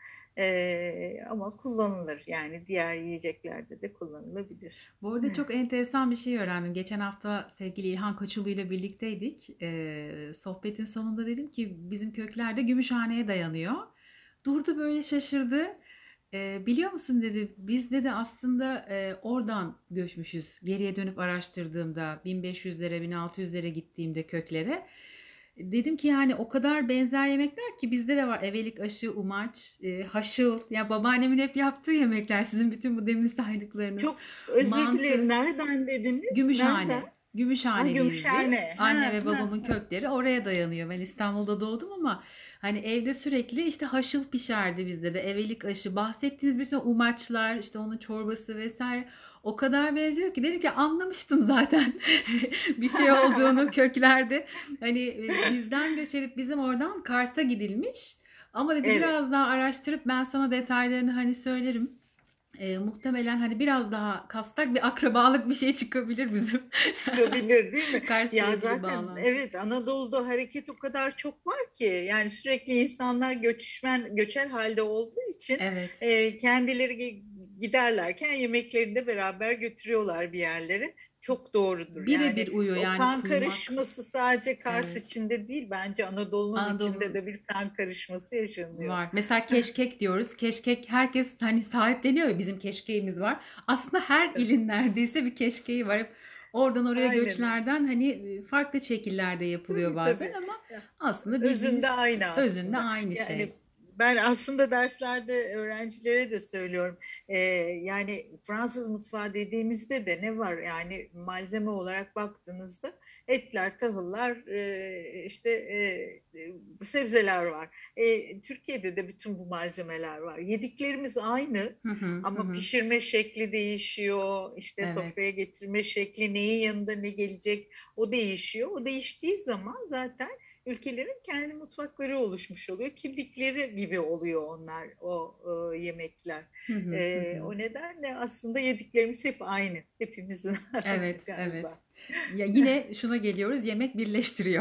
E, ama kullanılır yani diğer yiyeceklerde de kullanılabilir. Bu arada çok enteresan bir şey öğrendim. Geçen hafta sevgili İlhan Koçulu ile birlikteydik. Ee, sohbetin sonunda dedim ki bizim kökler de Gümüşhane'ye dayanıyor. Durdu böyle şaşırdı. Ee, biliyor musun dedi, biz dedi aslında e, oradan göçmüşüz. Geriye dönüp araştırdığımda bin beş yüzlere bin altı yüzlere gittiğimde köklere. Dedim ki yani o kadar benzer yemekler ki bizde de var. Evelik aşı, umaç, e, haşıl. Ya babaannemin hep yaptığı yemekler sizin bütün bu demin saydıklarınız. Çok özür dilerim. Mantı, Nereden dediniz? Nereden? Gümüşhane. Ha Gümüşhaneliyiz biz. Gümüşhane. Anne Ha, ve ha, babamın ha. kökleri oraya dayanıyor. Ben İstanbul'da doğdum ama hani evde sürekli işte haşıl pişerdi bizde de. Evelik aşı. Bahsettiğiniz bütün umaçlar, işte onun çorbası vesaire o kadar benziyor ki dedim ki anlamıştım zaten bir şey olduğunu köklerde. Hani e, bizden göç edip bizim oradan Kars'a gidilmiş. Ama dedi Evet. biraz daha araştırıp ben sana detaylarını hani söylerim. Eee, muhtemelen hani biraz daha kastak bir akrabalık bir şey çıkabilir bizim. Çıkabilir değil mi? Kars'la Ya ilgili zaten bağlantı. evet Anadolu'da hareket o kadar çok var ki yani sürekli insanlar göçmen göçer halde olduğu için Evet. e, kendileri giderlerken yemeklerini de beraber götürüyorlar bir yerlere. Çok doğrudur. Birebir Yani uyuyor o yani kan kuymak. karışması sadece Kars Evet. içinde değil bence Anadolu'nun içinde Anadolu'nun de bir kan karışması yaşanıyor. var. Mesela keşkek diyoruz. Keşkek herkes hani sahipleniyor ya bizim keşkeğimiz var. Aslında her ilin neredeyse bir keşkeği var. Hep oradan oraya Aynen öyle. göçlerden hani e, farklı şekillerde yapılıyor Tabii bazen tabii. ama Ya, aslında özünde bildiğimiz aynı özünde aslında. aynı Yani şey. ben aslında derslerde öğrencilere de söylüyorum. Ee, yani Fransız mutfağı dediğimizde de ne var? Yani malzeme olarak baktığınızda etler, tahıllar, e, işte e, e, sebzeler var. E, Türkiye'de de bütün bu malzemeler var. Yediklerimiz aynı Hı hı hı ama hı. pişirme şekli değişiyor. İşte Evet. sofraya getirme şekli, neyin yanında ne gelecek o değişiyor. O değiştiği zaman zaten ülkelerin kendi mutfakları oluşmuş oluyor. Kimlikleri gibi oluyor onlar, o, o yemekler. Hı hı hı E, hı. o nedenle aslında yediklerimiz hep aynı. Hepimizin aynı Evet, evet. galiba. Ya yine şuna geliyoruz, yemek birleştiriyor.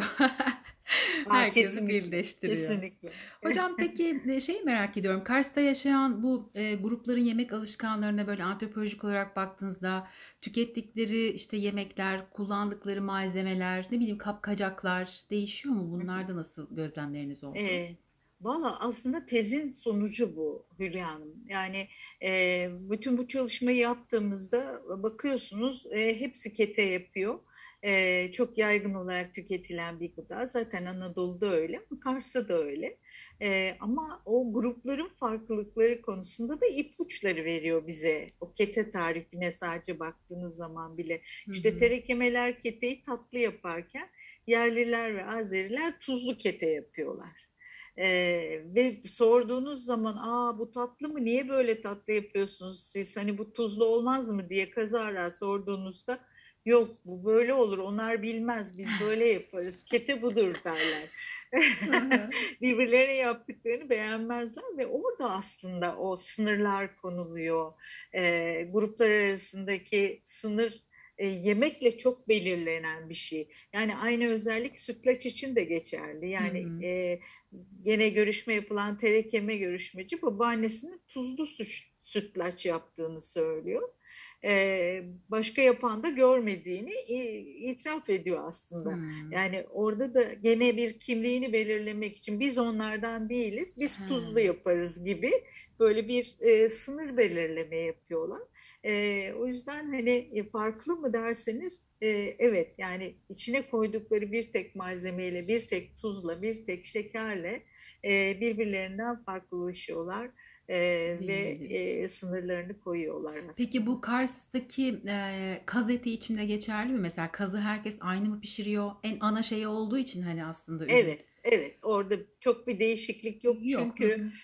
Aa, Herkesi kesinlikle, birleştiriyor. kesinlikle. Hocam peki e, şeyi merak ediyorum. Kars'ta yaşayan bu e, grupların yemek alışkanlarına böyle antropolojik olarak baktığınızda tükettikleri işte yemekler, kullandıkları malzemeler, ne bileyim kapkacaklar değişiyor mu? Bunlarda nasıl gözlemleriniz oldu? E, Valla aslında tezin sonucu bu Hülya Hanım. Yani e, bütün bu çalışmayı yaptığımızda bakıyorsunuz e, hepsi kete yapıyor. Ee, çok yaygın olarak tüketilen bir gıda. Zaten Anadolu'da öyle, ama Kars'ta da öyle. Ee, ama o grupların farklılıkları konusunda da ipuçları veriyor bize. O kete tarifine sadece baktığınız zaman bile. Hı İşte hı. terekemeler keteyi tatlı yaparken yerliler ve Azeriler tuzlu kete yapıyorlar. Ee, ve sorduğunuz zaman, aa bu tatlı mı, niye böyle tatlı yapıyorsunuz siz, hani bu tuzlu olmaz mı diye kazara sorduğunuzda, yok bu böyle olur, onlar bilmez, biz böyle yaparız, kete budur derler. Hı hı. Birbirlerine yaptıklarını beğenmezler ve orada aslında o sınırlar konuluyor. Ee, gruplar arasındaki sınır e, yemekle çok belirlenen bir şey. Yani aynı özellik sütlaç için de geçerli. Hı Yani hı. e, gene görüşme yapılan terekeme görüşmeci babaannesinin tuzlu süt, sütlaç yaptığını söylüyor. Ee, başka yapan da görmediğini itiraf ediyor aslında. Hmm. Yani orada da gene bir kimliğini belirlemek için, biz onlardan değiliz, biz tuzlu Ha. yaparız gibi böyle bir e, sınır belirleme yapıyorlar. E, o yüzden hani e, farklı mı derseniz, e, evet, yani içine koydukları bir tek malzemeyle, bir tek tuzla, bir tek şekerle e, birbirlerinden farklılaşıyorlar e, ve Diyebiliriz. e, sınırlarını koyuyorlar Peki aslında. bu Kars'taki e, kaz eti içinde geçerli mi? Mesela kazı herkes aynı mı pişiriyor? En ana şey olduğu için hani aslında ürün. Evet, evet. Orada çok bir değişiklik yok, Yok. Hı çünkü hı.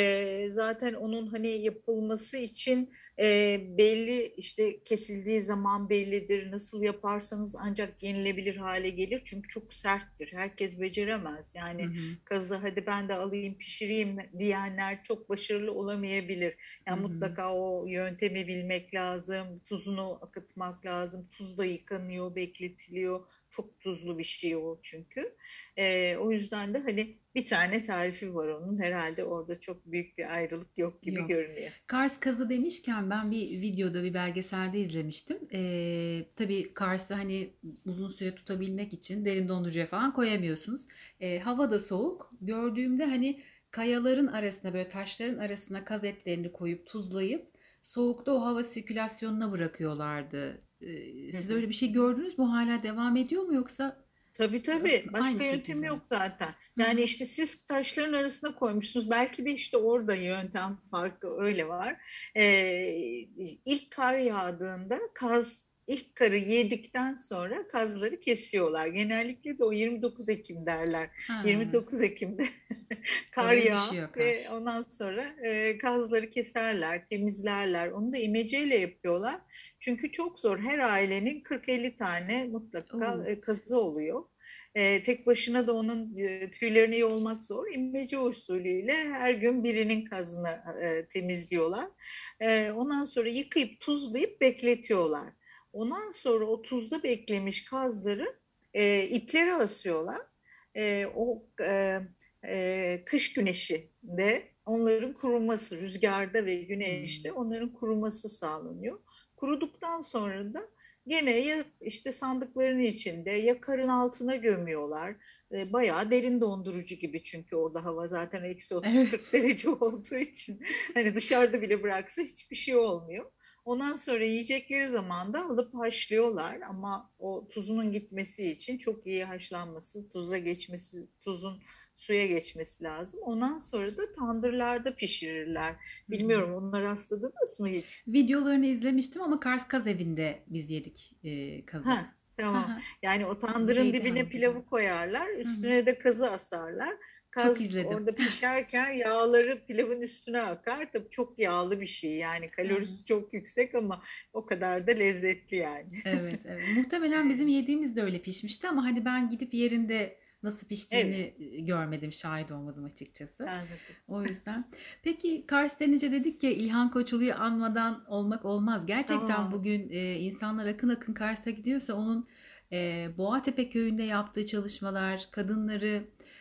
e, zaten onun hani yapılması için e, belli, işte kesildiği zaman bellidir. Nasıl yaparsanız ancak yenilebilir hale gelir. Çünkü çok serttir. Herkes beceremez. Hı Yani hı. kazı hadi ben de alayım pişireyim diyenler çok başarılı olamayabilir. Hı Yani hı. mutlaka o yöntemi bilmek lazım. Tuzunu akıtmak lazım. Tuzla yıkanıyor, bekletiliyor. Çok tuzlu bir şey o çünkü. Ee, o yüzden de hani bir tane tarifi var onun. Herhalde orada çok büyük bir ayrılık yok gibi Yok. görünüyor. Kars kazı demişken ben bir videoda bir belgeselde izlemiştim. Ee, tabii Kars'ı hani uzun süre tutabilmek için derin dondurucuya falan koyamıyorsunuz. Ee, hava da soğuk. Gördüğümde hani kayaların arasına böyle taşların arasına kaz etlerini koyup tuzlayıp soğukta o hava sirkülasyonuna bırakıyorlardı. Ee, Hı siz hı, öyle bir hı şey hı. gördünüz mü? Hala devam ediyor mu yoksa Tabii tabii. aynı Başka yöntem şekilde mi? yok zaten. Hı Yani hı. işte siz taşların arasına koymuşsunuz. Belki de işte orada yöntem farkı öyle var. Ee, ilk kar yağdığında kaz ilk karı yedikten sonra kazları kesiyorlar. Genellikle de o yirmi dokuz Ekim derler. Ha, yirmi dokuz Ekim'de kar oraya yağar düşüyor ve kar. ondan sonra e, kazları keserler, temizlerler. Onu da imeceyle yapıyorlar. Çünkü çok zor. Her ailenin kırk elli tane mutlaka Oo. e, kazı oluyor. E, tek başına da onun e, tüylerini yolmak zor. İmece usulüyle her gün birinin kazını e, temizliyorlar. E, ondan sonra yıkayıp tuzlayıp bekletiyorlar. Ondan sonra o tuzda beklemiş kazları e, iplere asıyorlar. E, o e, e, kış güneşinde onların kuruması, rüzgarda ve güneşte Hmm. onların kuruması sağlanıyor. Kuruduktan sonra da gene ya işte sandıkların içinde ya karın altına gömüyorlar. E, bayağı derin dondurucu gibi, çünkü orada hava zaten eksi otuz kırk Evet. derece olduğu için hani dışarıda bile bıraksa hiçbir şey olmuyor. Ondan sonra yiyecekleri zaman da alıp haşlıyorlar, ama o tuzunun gitmesi için çok iyi haşlanması, tuza geçmesi, tuzun suya geçmesi lazım. Ondan sonra da tandırlarda pişirirler. Hı hı. Bilmiyorum, onlara rastladınız mı hiç? Videolarını izlemiştim ama Kars Kaz Evi'nde biz yedik e, kazı. Ha, Hı tamam. hı. Yani o tandırın dibine Zeytinyağlı'da. pilavı koyarlar, Hı hı. üstüne de kazı asarlar. Çok Kaz izledim. orada pişerken yağları pilavın üstüne akar. Tabii çok yağlı bir şey, yani Hı hı. kalorisi çok yüksek, ama o kadar da lezzetli yani. Evet, evet. Muhtemelen bizim yediğimiz de öyle pişmişti ama hani ben gidip yerinde nasıl Evet, piştiğini e, görmedim, şahit olmadım açıkçası. anladım. O yüzden. Peki Kars denince dedik ya İlhan Koçulu'yu anmadan olmak olmaz. Gerçekten Tamam. bugün e, insanlar akın akın Kars'a gidiyorsa onun e, Boğatepe köyünde yaptığı çalışmalar, kadınları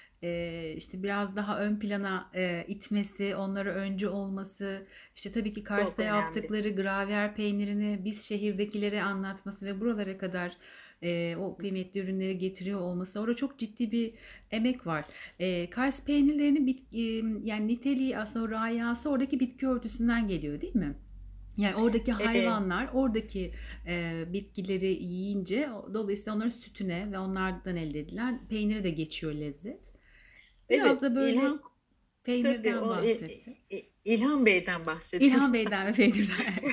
e, işte biraz daha ön plana e, itmesi, onlara öncü olması, işte tabii ki Çok Kars'ta önemli. yaptıkları gravyer peynirini biz şehirdekilere anlatması ve buralara kadar e, o kıymetli ürünleri getiriyor olması, orada çok ciddi bir emek var. E, Kars peynirlerinin bit, e, yani niteliği aslında o rayası oradaki bitki örtüsünden geliyor değil mi? Yani oradaki E, hayvanlar oradaki e, bitkileri yiyince dolayısıyla onların sütüne ve onlardan elde edilen peynire de geçiyor lezzet. Biraz evet, da böyle İlhan tabii peynirden o İ- bahsetsek. İ- İlhan Bey'den bahsedelim İlhan Bey'den ve aslında. peynirden.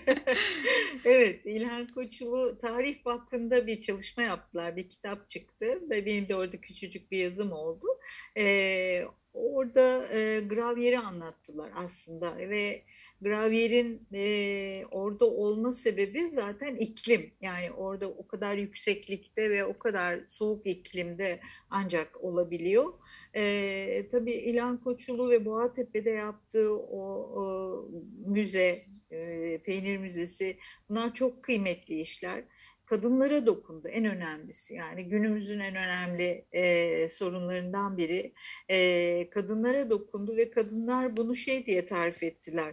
Evet, İlhan Koçulu Tarih Vakfı'nda bir çalışma yaptılar, bir kitap çıktı ve benim de orada küçücük bir yazım oldu. Ee, Orada e, Gravyer'i anlattılar aslında ve Gravyer'in e, orada olma sebebi zaten iklim. Yani orada o kadar yükseklikte ve o kadar soğuk iklimde ancak olabiliyor. Ee, tabii İlhan Koçulu ve Boğatepe'de yaptığı o, o müze, e, peynir müzesi, bunlar çok kıymetli işler. Kadınlara dokundu en önemlisi. Yani günümüzün en önemli e, sorunlarından biri. E, kadınlara dokundu ve kadınlar bunu şey diye tarif ettiler.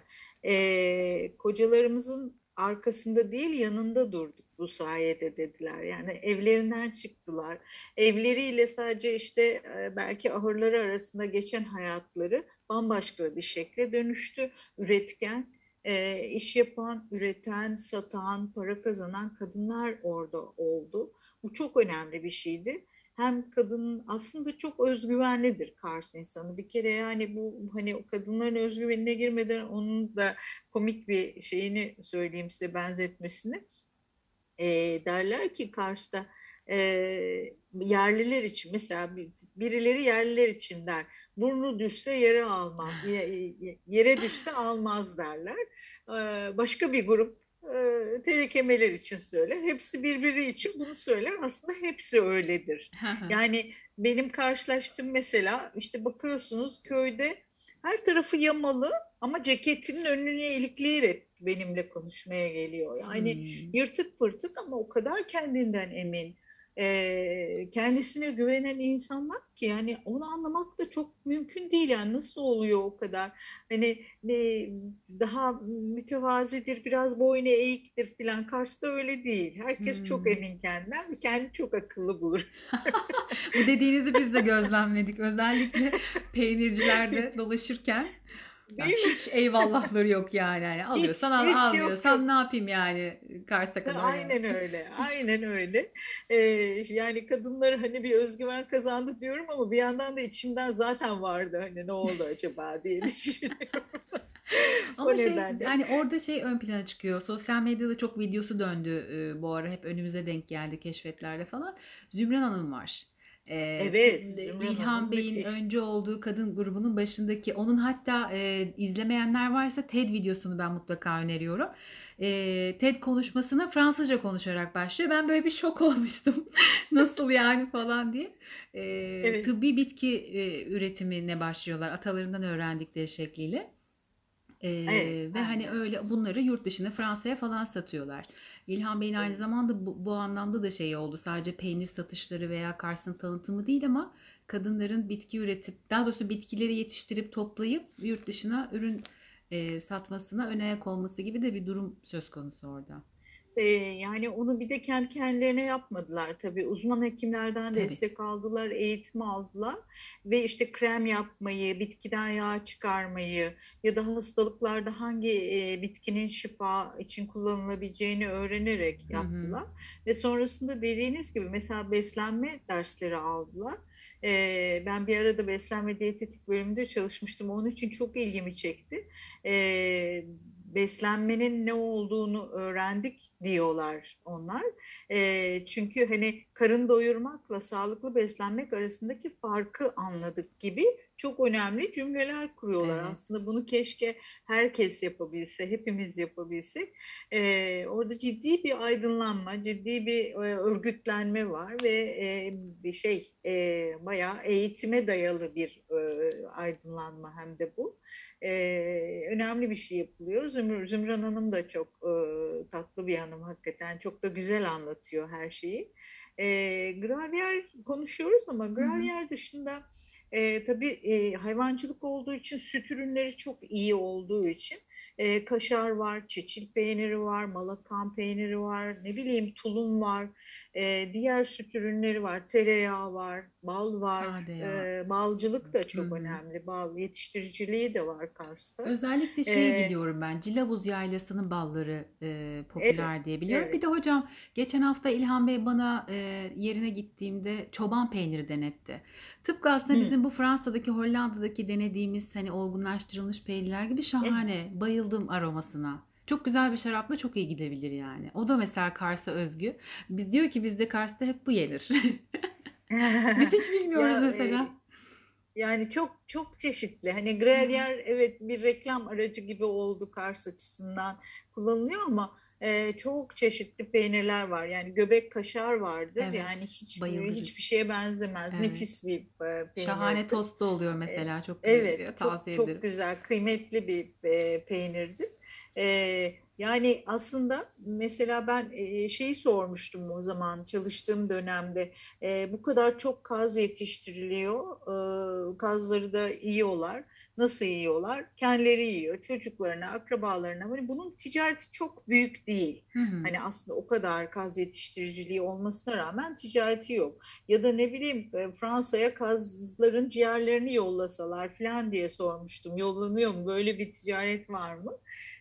E, kocalarımızın arkasında değil yanında durduk bu sayede dediler. Yani evlerinden çıktılar, evleriyle sadece işte e, belki ahırları arasında geçen hayatları bambaşka bir şekle dönüştü. Üretken, e, iş yapan, üreten, satan, para kazanan kadınlar orada oldu. Bu çok önemli bir şeydi. Hem kadın aslında çok özgüvenlidir Kars insanı. Bir kere yani bu hani o kadınların özgüvenine girmeden onun da komik bir şeyini söyleyeyim size benzetmesini. E, Derler ki Kars'ta e, yerliler için mesela birileri yerliler için der. Burnu düşse yere almaz, yere düşse almaz derler. E, başka bir grup e, telekemeler için söyler. Hepsi birbiri için bunu söyler. Aslında hepsi öyledir. Yani benim karşılaştığım mesela işte bakıyorsunuz köyde her tarafı yamalı ama ceketinin önünü ilikleyerek benimle konuşmaya geliyor. Yani Hmm. yırtık pırtık ama o kadar kendinden emin, e, kendisine güvenen insanlar ki yani onu anlamak da çok mümkün değil. Yani nasıl oluyor o kadar? Hani ne, daha mütevazidir, biraz boynu eğiktir filan. Karşıda öyle değil. Herkes çok Hmm. emin kendinden ve kendi çok akıllı bulur. Bu dediğinizi biz de gözlemledik. Özellikle peynircilerde dolaşırken ya Değil mi? hiç eyvallahları yok yani. Yani alıyorsan Hiç, al, hiç yok almıyorsan yok. ne yapayım yani Kars'a kadar yani. Aynen öyle, aynen öyle. Ee, Yani kadınlar hani bir özgüven kazandı diyorum ama bir yandan da içimden zaten vardı hani ne oldu acaba diye düşünüyorum. O Ama şey nedenle. hani orada şey ön plana çıkıyor. Sosyal medyada çok videosu döndü e, bu ara hep önümüze denk geldi keşfetlerde falan. Zümran Hanım var. E, Evet, t- Zümran İlhan Hanım Bey'in müthiş. önce olduğu kadın grubunun başındaki onun hatta e, izlemeyenler varsa TED videosunu ben mutlaka öneriyorum. E, TED konuşmasına Fransızca konuşarak başlıyor. Ben böyle bir şok olmuştum. Nasıl yani falan diye. E, Evet, tıbbi bitki e, üretimine başlıyorlar atalarından öğrendikleri şekliyle. evet, Ee, ve hani aynen. öyle bunları yurt dışına Fransa'ya falan satıyorlar. İlhan Bey'in aynı Evet. zamanda bu, bu anlamda da şey oldu. Sadece peynir satışları veya Kars'ın tanıtımı değil ama kadınların bitki üretip daha doğrusu bitkileri yetiştirip toplayıp yurt dışına ürün e, satmasına ön ayak olması gibi de bir durum söz konusu orada. Ee, yani onu bir de kendi kendilerine yapmadılar tabii. Uzman hekimlerden Tabii. destek aldılar, eğitim aldılar ve işte krem yapmayı, bitkiden yağ çıkarmayı ya da hastalıklarda hangi e, bitkinin şifa için kullanılabileceğini öğrenerek Hı hı. yaptılar. Ve sonrasında dediğiniz gibi mesela beslenme dersleri aldılar. Ee, ben bir arada beslenme diyetetik bölümünde çalışmıştım. Onun için çok ilgimi çekti. Ee, Beslenmenin ne olduğunu öğrendik diyorlar onlar. E, çünkü hani karın doyurmakla sağlıklı beslenmek arasındaki farkı anladık gibi çok önemli cümleler kuruyorlar. Evet. Aslında bunu keşke herkes yapabilse, hepimiz yapabilsek. E, orada ciddi bir aydınlanma, ciddi bir e, örgütlenme var ve e, bir şey e, bayağı eğitime dayalı bir e, aydınlanma hem de bu. Ee, önemli bir şey yapılıyor. Zümr Zümran Hanım da çok e, tatlı bir hanım hakikaten. Çok da güzel anlatıyor her şeyi. E, Gravyer konuşuyoruz ama Hı hı. gravyer dışında e, tabii e, hayvancılık olduğu için süt ürünleri çok iyi olduğu için e, kaşar var, çeçil peyniri var, malakan peyniri var, ne bileyim tulum var. E, diğer süt ürünleri var. Tereyağı var, bal var. Sade yağ. E, balcılık da Hı çok hı. önemli. Bal yetiştiriciliği de var Kars'ta. Özellikle şey E, biliyorum ben, Cilavuz Yaylası'nın balları e, evet, popüler diye biliyorum. Bir evet. de hocam geçen hafta İlhan Bey bana e, yerine gittiğimde çoban peyniri denetti. Tıpkı aslında Hı. bizim bu Fransa'daki, Hollanda'daki denediğimiz hani olgunlaştırılmış peynirler gibi Evet. şahane. Bayıldım aromasına. Çok güzel bir şarapla çok iyi gidebilir yani. O da mesela Kars'a özgü. Biz diyor ki bizde Kars'ta hep bu yenir. Biz hiç bilmiyoruz Ya e, mesela. yani çok çok çeşitli. Hani Hı hı. Gruyère evet bir reklam aracı gibi oldu Kars açısından kullanılıyor ama e, çok çeşitli peynirler var. Yani göbek kaşar vardır. Evet, Yani hiç bayılırız. hiçbir şeye benzemez. Evet. Nefis bir e, Şahane peynirdir. tostu oluyor E, mesela. Çok güzel Evet, oluyor. çok Tavsiye çok ederim. güzel, kıymetli bir e, peynirdir. E, Yani aslında mesela ben e, şeyi sormuştum o zaman çalıştığım dönemde. E, bu kadar çok kaz yetiştiriliyor, e, kazları da yiyorlar. Nasıl yiyorlar? Kendileri yiyor, çocuklarına, akrabalarına. Hani bunun ticareti çok büyük değil. Hı hı. Hani aslında o kadar kaz yetiştiriciliği olmasına rağmen ticareti yok. Ya da ne bileyim e, Fransa'ya kazların ciğerlerini yollasalar falan diye sormuştum. Yollanıyor mu? Böyle bir ticaret var mı?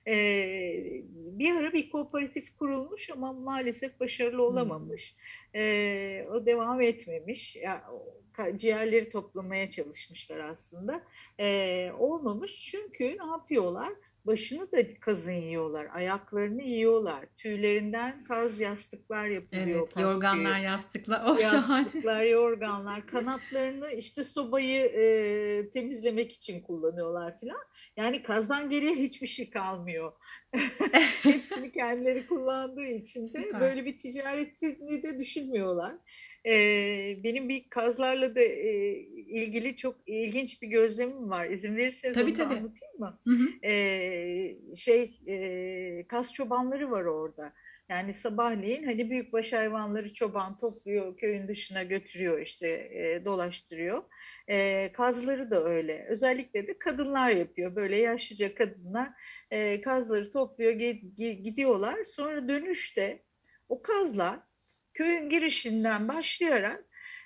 Ee, Bir ara bir kooperatif kurulmuş ama maalesef başarılı Hmm. olamamış. Ee, o devam etmemiş. Ya, ciğerleri toplamaya çalışmışlar aslında. Ee, olmamış çünkü ne yapıyorlar? Başını da kazın yiyorlar, ayaklarını yiyorlar. Tüylerinden kaz yastıklar yapılıyor Evet, kaz yorganlar, tüyü. yastıklar. Oh şahane. Yastıklar, yorganlar, kanatlarını işte sobayı e, temizlemek için kullanıyorlar filan. Yani kazdan geriye hiçbir şey kalmıyor. Hepsini kendileri kullandığı için de Süper. böyle bir ticaretini de düşünmüyorlar. E, Benim bir kazlarla da e, ilgili çok ilginç bir gözlemim var. İzin verirseniz Tabii onu da tabii. anlatayım mı? Hı hı. E, şey e, Kaz çobanları var orada. Yani sabahleyin hani büyükbaş hayvanları çoban topluyor, köyün dışına götürüyor işte e, dolaştırıyor. E, kazları da öyle. Özellikle de kadınlar yapıyor. Böyle yaşlıca kadınlar e, kazları topluyor, ge- ge- gidiyorlar. Sonra dönüşte o kazlar köyün girişinden başlayarak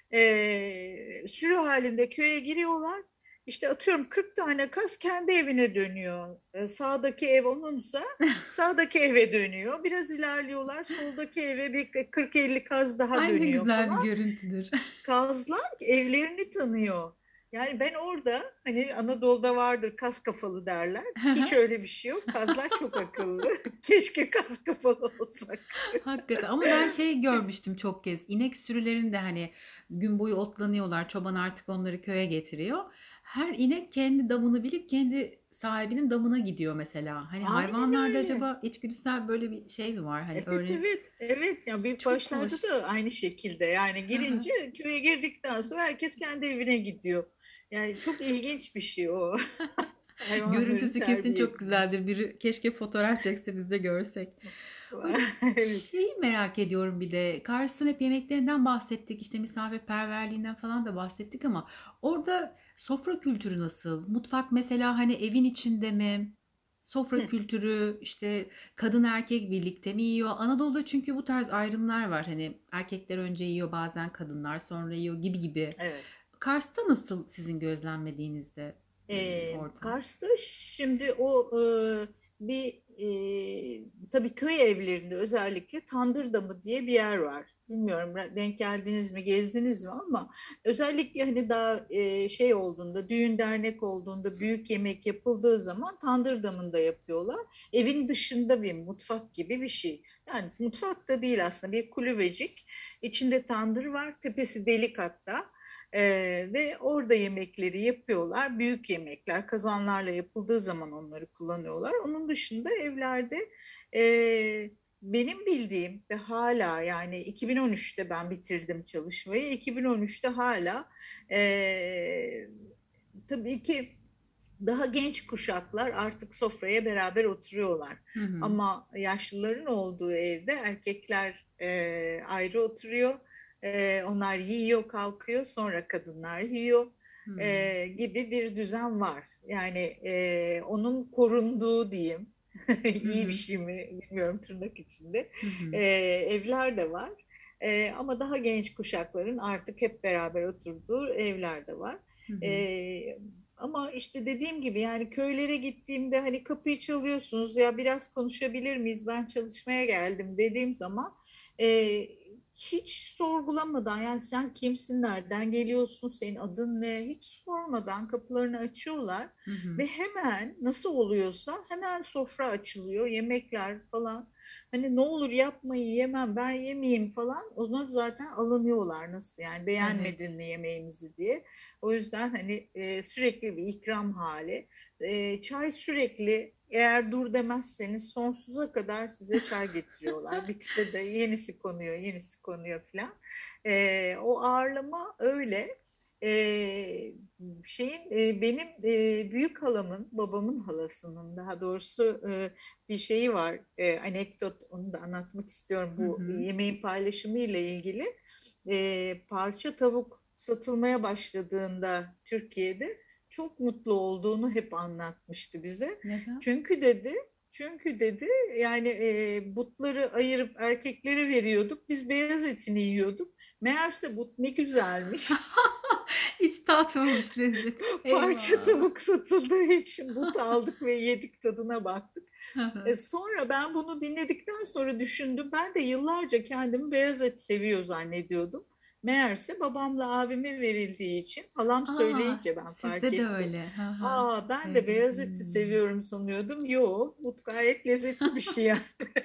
e, sürü halinde köye giriyorlar. İşte atıyorum kırk tane kaz kendi evine dönüyor. E, sağdaki ev onunsa sağdaki eve dönüyor. Biraz ilerliyorlar. Soldaki eve bir kırk elli kaz daha Ay ne dönüyor güzel bir falan. görüntüdür. Kazlar evlerini tanıyor. Yani ben orada hani Anadolu'da vardır kaz kafalı derler. Hı Hiç hı. öyle bir şey yok. Kazlar çok akıllı. Keşke kaz kafalı olsak. Hakikaten ama ben şey görmüştüm çok kez. İnek sürülerinde hani gün boyu otlanıyorlar. Çoban artık onları köye getiriyor. Her inek kendi damını bilip kendi sahibinin damına gidiyor mesela. Hani Aynen hayvanlarda öyle. acaba içgüdüsel böyle bir şey mi var? Hani Evet öyle evet evet ya büyük çok başlarda hoş. da aynı şekilde yani Hı hı. girince köye girdikten sonra herkes kendi evine gidiyor. Yani çok ilginç bir şey o hayvanların Görüntüsü kesin terbiye çok edilmesi. güzeldir. Biri keşke fotoğraf çekse biz de görsek. Hocam Evet. şeyi merak ediyorum bir de. Kars'ın hep yemeklerinden bahsettik. İşte misafirperverliğinden falan da bahsettik ama orada sofra kültürü nasıl? Mutfak mesela hani evin içinde mi? Sofra Hı, kültürü işte kadın erkek birlikte mi yiyor? Anadolu'da çünkü bu tarz ayrımlar var. Hani erkekler önce yiyor bazen kadınlar sonra yiyor gibi gibi. evet. Kars'ta nasıl sizin gözlemlediğinizde hmm, E, ortam? Kars'ta şimdi o e, bir e, tabii köy evlerinde özellikle Tandırdamı diye bir yer var. Bilmiyorum denk geldiniz mi, gezdiniz mi ama özellikle hani daha e, şey olduğunda, düğün dernek olduğunda büyük yemek yapıldığı zaman Tandırdamı'nda yapıyorlar. Evin dışında bir mutfak gibi bir şey. Yani mutfak da değil aslında bir kulübecik. İçinde tandır var, tepesi delik hatta. Ee, ve orada yemekleri yapıyorlar. Büyük yemekler kazanlarla yapıldığı zaman onları kullanıyorlar. Onun dışında evlerde e, benim bildiğim ve hala yani iki bin on üçte ben bitirdim çalışmayı. iki bin on üçte hala e, tabii ki daha genç kuşaklar artık sofraya beraber oturuyorlar. Hı hı. Ama yaşlıların olduğu evde erkekler e, ayrı oturuyor. E, onlar yiyor, kalkıyor, sonra kadınlar yiyor Hmm. e, gibi bir düzen var. Yani e, onun korunduğu diyeyim. Hı İyi bir hı. şey mi bilmiyorum tırnak içinde. Hı E, hı. Evler de var. E, ama daha genç kuşakların artık hep beraber oturduğu evler de var. Hı hı. E, Ama işte dediğim gibi yani köylere gittiğimde hani kapıyı çalıyorsunuz, ya biraz konuşabilir miyiz, ben çalışmaya geldim dediğim zaman e, hiç sorgulamadan, yani sen kimsin, nereden geliyorsun, senin adın ne, hiç sormadan kapılarını açıyorlar Hı hı. ve hemen nasıl oluyorsa hemen sofra açılıyor, yemekler falan. Hani ne olur yapmayın, yemem, ben yemeyeyim falan. Onlar zaten alınıyorlar, nasıl yani, beğenmedin Evet. mi yemeğimizi diye. O yüzden hani e, sürekli bir ikram hali. E, çay sürekli, eğer dur demezseniz sonsuza kadar size çay getiriyorlar. Bitse de yenisi konuyor, yenisi konuyor falan. E, o ağırlama öyle. E, şeyin e, benim e, büyük halamın, babamın halasının daha doğrusu e, bir şeyi var, e, anekdot, onu da anlatmak istiyorum Hı bu hı. yemeğin paylaşımı ile ilgili. E, parça tavuk satılmaya başladığında Türkiye'de çok mutlu olduğunu hep anlatmıştı bize. Neden? Çünkü dedi, çünkü dedi yani e, butları ayırıp erkeklere veriyorduk, biz beyaz etini yiyorduk. Meğerse but ne güzelmiş. Hiç tatmamış lezzet. Parça Eyvah. tavuk satıldığı için but aldık ve yedik, tadına baktık. Hı E, hı. sonra ben bunu dinledikten sonra düşündüm. Ben de yıllarca kendimi beyaz et seviyor zannediyordum. Meğerse babamla abime verildiği için, halam Aa, söyleyince ben fark sizde de ettim. öyle. Hı hı. Aa, ben de Evet. beyaz eti Hmm. seviyorum sanıyordum. Yok, but gayet lezzetli bir şey yani.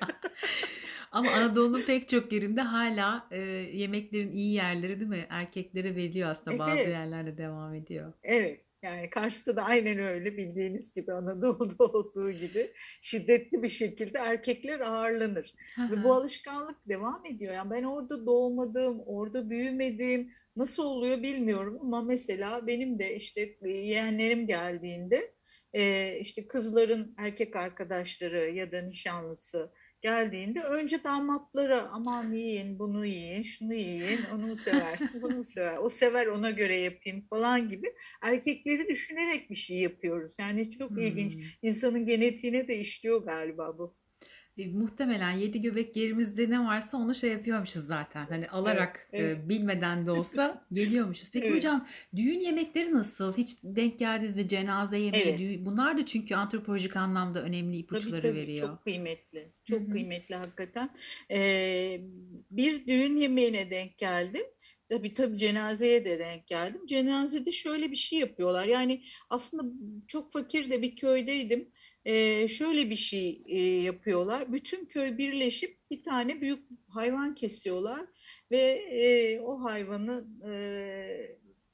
Ama Anadolu'nun pek çok yerinde hala e, yemeklerin iyi yerleri değil mi? Erkeklere veriliyor aslında bazı Evet, yerlerde devam ediyor. evet. Yani Kars'ta da aynen öyle, bildiğiniz gibi Anadolu'da olduğu gibi şiddetli bir şekilde erkekler ağırlanır. Hı Ve bu hı. alışkanlık devam ediyor. Yani ben orada doğmadım, orada büyümedim. Nasıl oluyor bilmiyorum ama mesela benim de işte e, yeğenlerim geldiğinde e, işte kızların erkek arkadaşları ya da nişanlısı geldiğinde önce damatlara, aman yiyin, bunu yiyin, şunu yiyin, onu mu seversin, bunu mu sever, o sever ona göre yapayım falan gibi erkekleri düşünerek bir şey yapıyoruz. Yani çok ilginç. Hmm. İnsanın genetiğine de işliyor galiba bu. E, muhtemelen yedi göbek yerimizde ne varsa onu şey yapıyormuşuz zaten. Hani Evet, alarak evet, e, bilmeden de olsa geliyormuşuz. Peki evet, hocam düğün yemekleri nasıl? Hiç denk geldiniz mi? Cenaze yemeği, evet. düğün... Bunlar da çünkü antropolojik anlamda önemli Tabii ipuçları tabii, veriyor. çok kıymetli. Hı Çok hı. kıymetli hakikaten. Ee, bir düğün yemeğine denk geldim. Tabii tabii cenazeye de denk geldim. Cenazede şöyle bir şey yapıyorlar. Yani aslında çok fakir de bir köydeydim. Ee, şöyle bir şey e, yapıyorlar. Bütün köy birleşip bir tane büyük hayvan kesiyorlar ve e, o hayvanı e,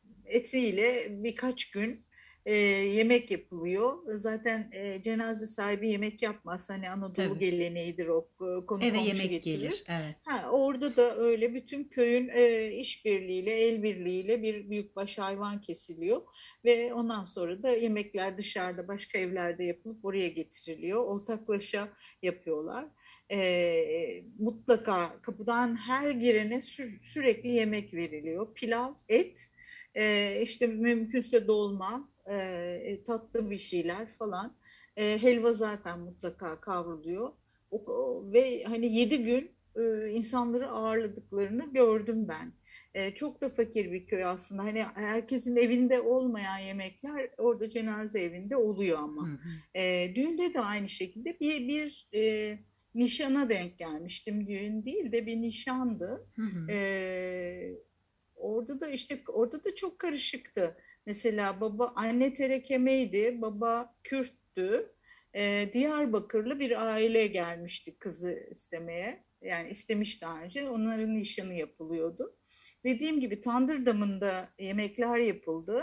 etiyle birkaç gün e, yemek yapılıyor. Zaten e, cenaze sahibi yemek yapmaz. Hani Anadolu Tabii. geleneğidir o, e, konu Eve komşu yemek getirir. gelir. Evet. Ha, orada da öyle bütün köyün e, işbirliğiyle, el birliğiyle bir büyükbaş hayvan kesiliyor ve ondan sonra da yemekler dışarıda başka evlerde yapılıp oraya getiriliyor. Ortaklaşa yapıyorlar. E, mutlaka kapıdan her girene sü- sürekli yemek veriliyor. Pilav, et, e, işte mümkünse dolma, e, tatlı bir şeyler falan. E, helva zaten mutlaka kavruluyor. O, o- ve hani yedi gün e, insanları ağırladıklarını gördüm ben. E, çok da fakir bir köy aslında. Hani herkesin evinde olmayan yemekler orada cenaze evinde oluyor Hı ama. hı. E, düğünde de aynı şekilde bir bir e, nişana denk gelmiştim. Düğün değil de bir nişandı. Hı hı. E, Orada da işte orada da çok karışıktı. Mesela baba anne terekemeydi, baba Kürttü. Ee, Diyarbakırlı bir aile gelmişti kızı istemeye. Yani istemiş daha önce. Onların nişanı yapılıyordu. Dediğim gibi tandır damında yemekler yapıldı.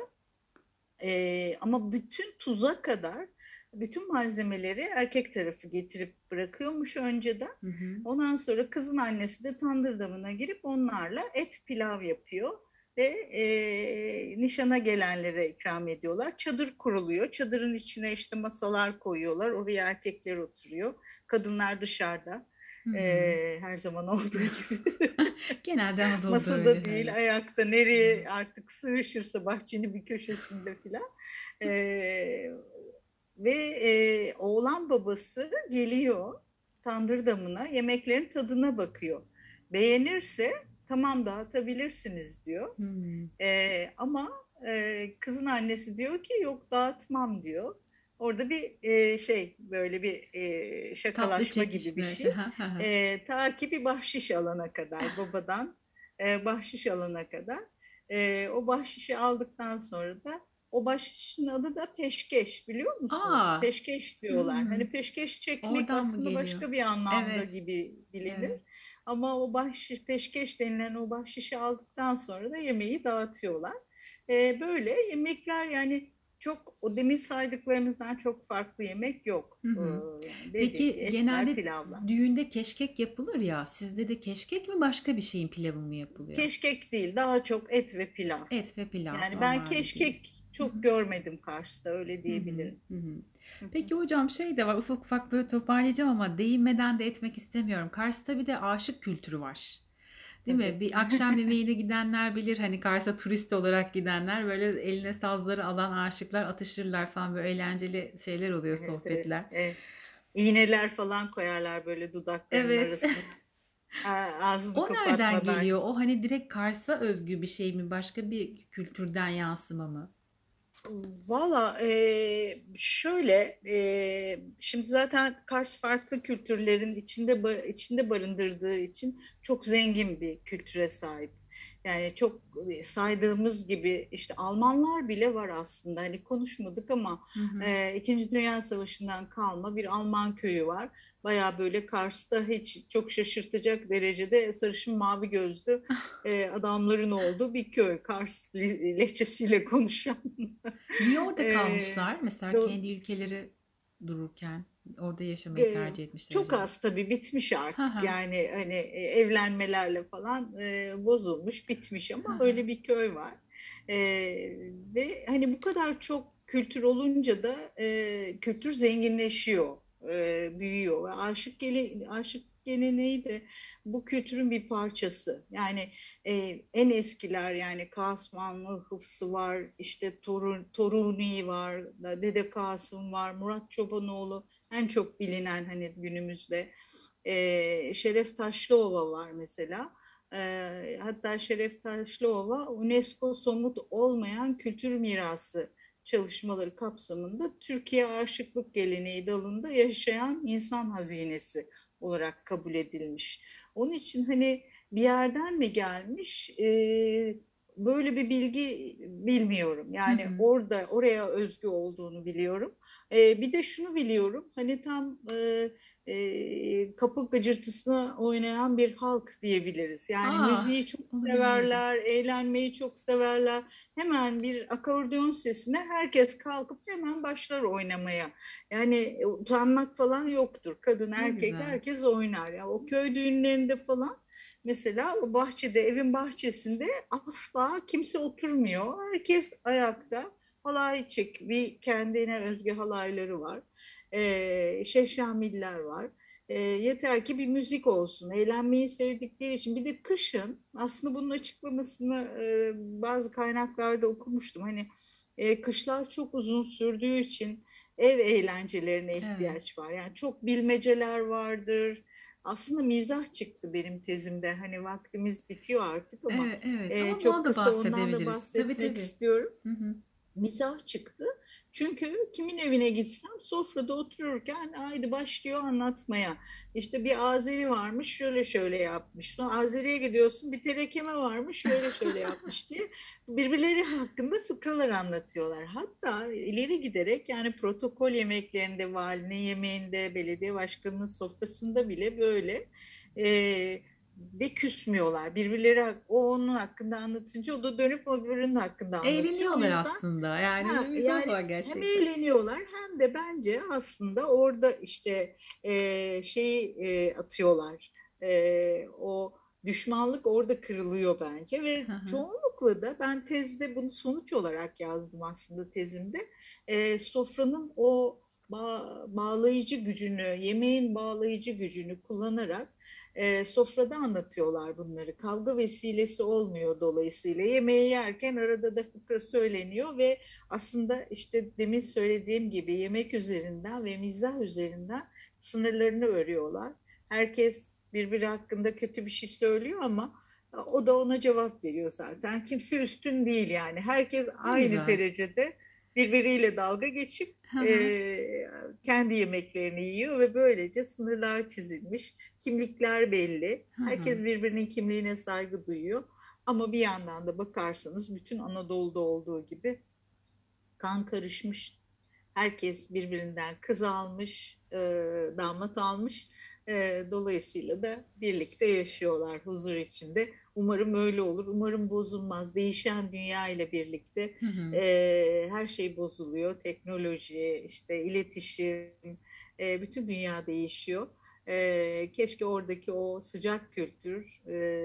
Ee, ama bütün tuza kadar bütün malzemeleri erkek tarafı getirip bırakıyormuş önceden. Hı hı. Ondan sonra kızın annesi de tandır damına girip onlarla et pilav yapıyor ve e, nişana gelenlere ikram ediyorlar. Çadır kuruluyor. Çadırın içine işte masalar koyuyorlar. Oraya erkekler oturuyor. Kadınlar dışarıda. Hı hı. E, her zaman olduğu gibi. Genelde Anadolu'da Masada öyle değil, öyle. ayakta, Evet. nereye artık sığışırsa bahçenin bir köşesinde filan. Ee, Ve e, oğlan babası geliyor tandır damına, yemeklerin tadına bakıyor. beğenirse tamam dağıtabilirsiniz diyor. Hmm. E, ama e, kızın annesi diyor ki yok dağıtmam diyor. Orada bir e, şey böyle bir e, Tatlı şakalaşma gibi bir çekişme. şey. E, ta ki bir bahşiş alana kadar babadan e, bahşiş alana kadar. E, o bahşişi aldıktan sonra da o bahşişin adı da peşkeş biliyor musunuz? Aa, Peşkeş diyorlar. hmm. Hani peşkeş çekmek Oradan mı aslında geliyor? başka bir anlamda Evet, gibi bilinir. evet. Ama o bahşiş, peşkeş denilen o bahşişi aldıktan sonra da yemeği dağıtıyorlar. E, böyle yemekler yani çok o demin saydıklarımızdan çok farklı yemek yok. Hı E, hı. yani dediğim gibi Peki etler, genelde pilavlar. düğünde keşkek yapılır ya. Sizde de keşkek mi başka bir şeyin pilavı mı yapılıyor? Keşkek değil, daha çok et ve pilav. Et ve pilav Yani ben normal bildiğimiz. keşkek Hı çok hı. görmedim Kars'ta öyle Hı hı. diyebilirim. Hı hı. Hı hı. Peki hocam şey de var ufak ufak böyle toparlayacağım ama değinmeden de etmek istemiyorum. Kars'ta bir de aşık kültürü var. Değil mi? Tabii. Bir akşam yemeğine gidenler bilir hani Kars'a turist olarak gidenler böyle eline sazları alan aşıklar atışırlar falan böyle eğlenceli şeyler oluyor Evet, evet, sohbetler. evet. İğneler falan koyarlar böyle dudaklarının Evet. arasına. A- Ağzını O nereden kapatmadan. geliyor? O hani direkt Kars'a özgü bir şey mi? Başka bir kültürden yansıma mı? Valla e, şöyle e, şimdi zaten Kars farklı kültürlerin içinde ba- içinde barındırdığı için çok zengin bir kültüre sahip. Yani çok e, saydığımız gibi işte Almanlar bile var aslında. Hani konuşmadık ama Hı hı. e, İkinci Dünya Savaşı'ndan kalma bir Alman köyü var. Baya böyle Kars'ta hiç çok şaşırtacak derecede sarışın mavi gözlü e, adamların olduğu bir köy. Kars lehçesiyle konuşan. Niye orada Ee, kalmışlar? Mesela do- kendi ülkeleri dururken orada yaşamayı e, tercih etmişler Çok acaba. az tabii bitmiş Ha artık ha. yani hani e, evlenmelerle falan e, bozulmuş bitmiş Ha ama ha. öyle bir köy var. E, Ve hani bu kadar çok kültür olunca da e, kültür zenginleşiyor, e, büyüyor ve aşık gele, aşık geleneği de bu kültürün bir parçası. Yani e, en eskiler yani Kasmanlı Hıfzı var, işte Torun, Toruni var, Dede Kasım var, Murat Çobanoğlu en çok bilinen hani günümüzde e, Şeref Taşlıova var mesela. E, Hatta Şeref Taşlıova UNESCO somut olmayan kültür mirası çalışmaları kapsamında Türkiye Aşıklık Geleneği dalında yaşayan insan hazinesi olarak kabul edilmiş. Onun için hani bir yerden mi gelmiş? E, böyle bir bilgi bilmiyorum. Hı Yani hı. orada oraya özgü olduğunu biliyorum. E, bir de şunu biliyorum, hani tam e, e, kapı gıcırtısına oynayan bir halk diyebiliriz. Yani Aa, müziği çok onu bilmiyordum. severler, eğlenmeyi çok severler. Hemen bir akordeon sesine herkes kalkıp hemen başlar oynamaya. Yani e, utanmak falan yoktur. Kadın, Ne erkek güzel. herkes oynar. Yani o köy düğünlerinde falan mesela o bahçede, evin bahçesinde asla kimse oturmuyor. Herkes ayakta halay çek, bir kendine özgü halayları var. Ee, şeşamiller var. Ee, yeter ki bir müzik olsun. Eğlenmeyi sevdikleri için. Bir de kışın aslında bunun açıklamasını e, bazı kaynaklarda okumuştum. Hani e, kışlar çok uzun sürdüğü için ev eğlencelerine Evet. ihtiyaç var. Yani çok bilmeceler vardır. Aslında mizah çıktı benim tezimde. Hani vaktimiz bitiyor artık ama Evet, evet. e, Ama çok buna da kısa ondan da bahsedebiliriz. Tabii bahsetmek tabii. istiyorum. Hı hı. Mizah çıktı. Çünkü kimin evine gitsem sofrada otururken haydi başlıyor anlatmaya. İşte bir Azeri varmış şöyle şöyle yapmış. Sonra Azeri'ye gidiyorsun bir terekeme varmış şöyle şöyle yapmış diye birbirleri hakkında fıkralar anlatıyorlar. Hatta ileri giderek yani protokol yemeklerinde, valinin yemeğinde, belediye başkanının sofrasında bile böyle e, ve küsmüyorlar. Birbirleri o onun hakkında anlatınca o da dönüp öbürünün hakkında anlatıyor. O Eğleniyorlar yüzden aslında. Yani bir ha, mizah yani var hem gerçekten. eğleniyorlar hem de bence aslında orada işte e, şeyi e, atıyorlar. E, o düşmanlık orada kırılıyor bence ve Hı hı. çoğunlukla da ben tezde bunu sonuç olarak yazdım aslında tezimde. E, sofranın o bağ- bağlayıcı gücünü, yemeğin bağlayıcı gücünü kullanarak e, sofrada anlatıyorlar bunları. Kavga vesilesi olmuyor dolayısıyla. Yemeği yerken arada da fıkra söyleniyor ve aslında işte demin söylediğim gibi yemek üzerinden ve mizah üzerinden sınırlarını örüyorlar. Herkes birbiri hakkında kötü bir şey söylüyor ama o da ona cevap veriyor zaten. Kimse üstün değil yani. Herkes Ne aynı güzel. derecede birbiriyle dalga geçip Hı hı. e, kendi yemeklerini yiyor ve böylece sınırlar çizilmiş, kimlikler belli. Hı hı. Herkes birbirinin kimliğine saygı duyuyor. Ama bir yandan da bakarsanız bütün Anadolu'da olduğu gibi kan karışmış. Herkes birbirinden kız almış, e, damat almış. E, dolayısıyla da birlikte yaşıyorlar huzur içinde. Umarım öyle olur. Umarım bozulmaz. Değişen dünya ile birlikte Hı hı. e, her şey bozuluyor. Teknoloji, işte iletişim, e, bütün dünya değişiyor. E, keşke oradaki o sıcak kültür,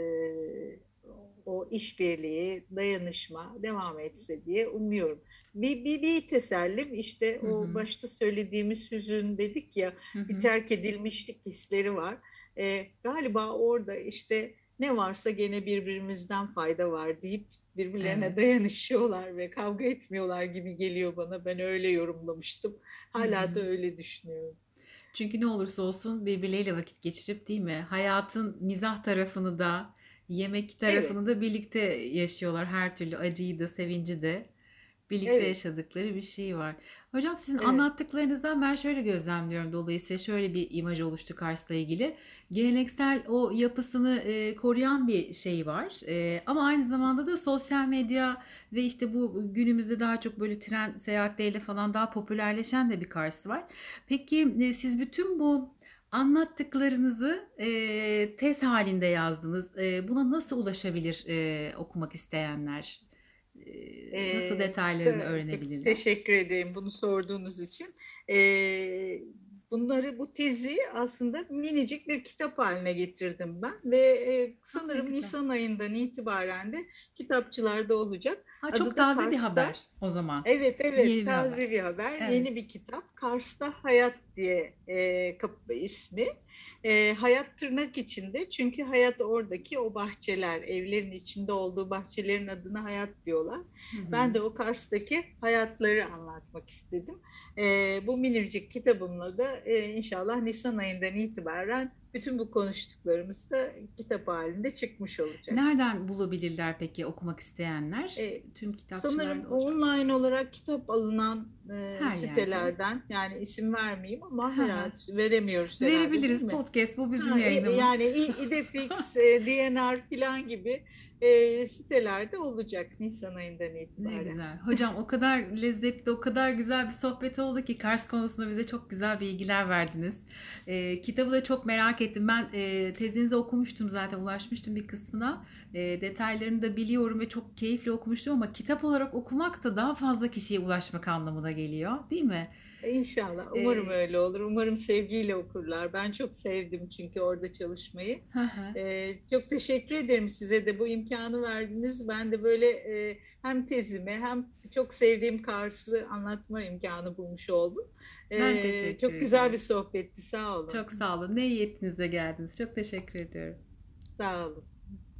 e, o işbirliği, dayanışma devam etse diye umuyorum. Bir, bir, bir tesellim işte Hı o hı. başta söylediğimiz hüzün dedik ya, Hı bir hı. terk edilmişlik hisleri var. Ee, galiba orada işte ne varsa gene birbirimizden fayda var deyip birbirlerine Evet. dayanışıyorlar ve kavga etmiyorlar gibi geliyor bana. Ben öyle yorumlamıştım. Hı Hala da hı. öyle düşünüyorum. Çünkü ne olursa olsun birbirleriyle vakit geçirip değil mi? Hayatın mizah tarafını da, yemek Evet, tarafını da birlikte yaşıyorlar. Her türlü acıyı da, sevinci de birlikte evet, yaşadıkları bir şey var. Hocam sizin evet, anlattıklarınızdan ben şöyle gözlemliyorum, dolayısıyla şöyle bir imaj oluştu Kars'la ilgili. Geleneksel o yapısını e, koruyan bir şey var. E, ama aynı zamanda da sosyal medya ve işte bu günümüzde daha çok böyle tren seyahatleriyle falan daha popülerleşen de bir Kars var. Peki e, siz bütün bu anlattıklarınızı e, tez halinde yazdınız. E, buna nasıl ulaşabilir e, okumak isteyenler? E, nasıl Ee, detaylarını te- te- öğrenebilirler? teşekkür ederim bunu sorduğunuz için. Ee, bunları, bu tezi aslında minicik bir kitap haline getirdim ben ve e, Ah, ne sanırım güzel. Nisan ayından itibaren de kitapçılarda olacak. Ha, Adı çok da taze bir Kars'ta. haber o zaman. Evet, evet, Yeni bir haber. taze bir haber, Evet. yeni bir kitap. Kars'ta Hayat diye e, kap- ismi. E, hayat tırnak içinde, çünkü hayat oradaki o bahçeler, evlerin içinde olduğu bahçelerin adına hayat diyorlar. Hı hı. Ben de o Kars'taki hayatları anlatmak istedim. E, bu minicik kitabımla da e, inşallah Nisan ayından itibaren bütün bu konuştuklarımız da kitap halinde çıkmış olacak. Nereden bulabilirler peki okumak isteyenler? E, Tüm sanırım kitapçılarda olacak mı? online olarak kitap alınan e, Her yerde. sitelerden, yani isim vermeyeyim ama Hı hı. herhalde veremiyoruz herhalde, değil Verebiliriz. mi? Podcast bu, bizim Ha, i- yayınımız. yani İ- İdefix, e, D N R falan gibi e, sitelerde olacak Nisan ayından Ne itibaren. güzel. Hocam o kadar lezzetli, o kadar güzel bir sohbet oldu ki Kars konusunda bize çok güzel bilgiler verdiniz. Ee, kitabı da çok merak ettim. Ben e, tezinizi okumuştum zaten, ulaşmıştım bir kısmına. E, detaylarını da biliyorum ve çok keyifle okumuştum ama kitap olarak okumak da daha fazla kişiye ulaşmak anlamına geliyor, değil mi? İnşallah. Umarım E, öyle olur. Umarım sevgiyle okurlar. Ben çok sevdim çünkü orada çalışmayı. hı hı. Ee, çok teşekkür ederim size de bu imkanı verdiniz. Ben de böyle e, hem tezimi hem çok sevdiğim Kars'ı anlatma imkanı bulmuş oldum. Ben Ee, teşekkür çok güzel bir ediyorum. sohbetti. Sağ olun. Çok sağ olun. Ne iyi ettiniz de geldiniz. Çok teşekkür ediyorum. Sağ olun.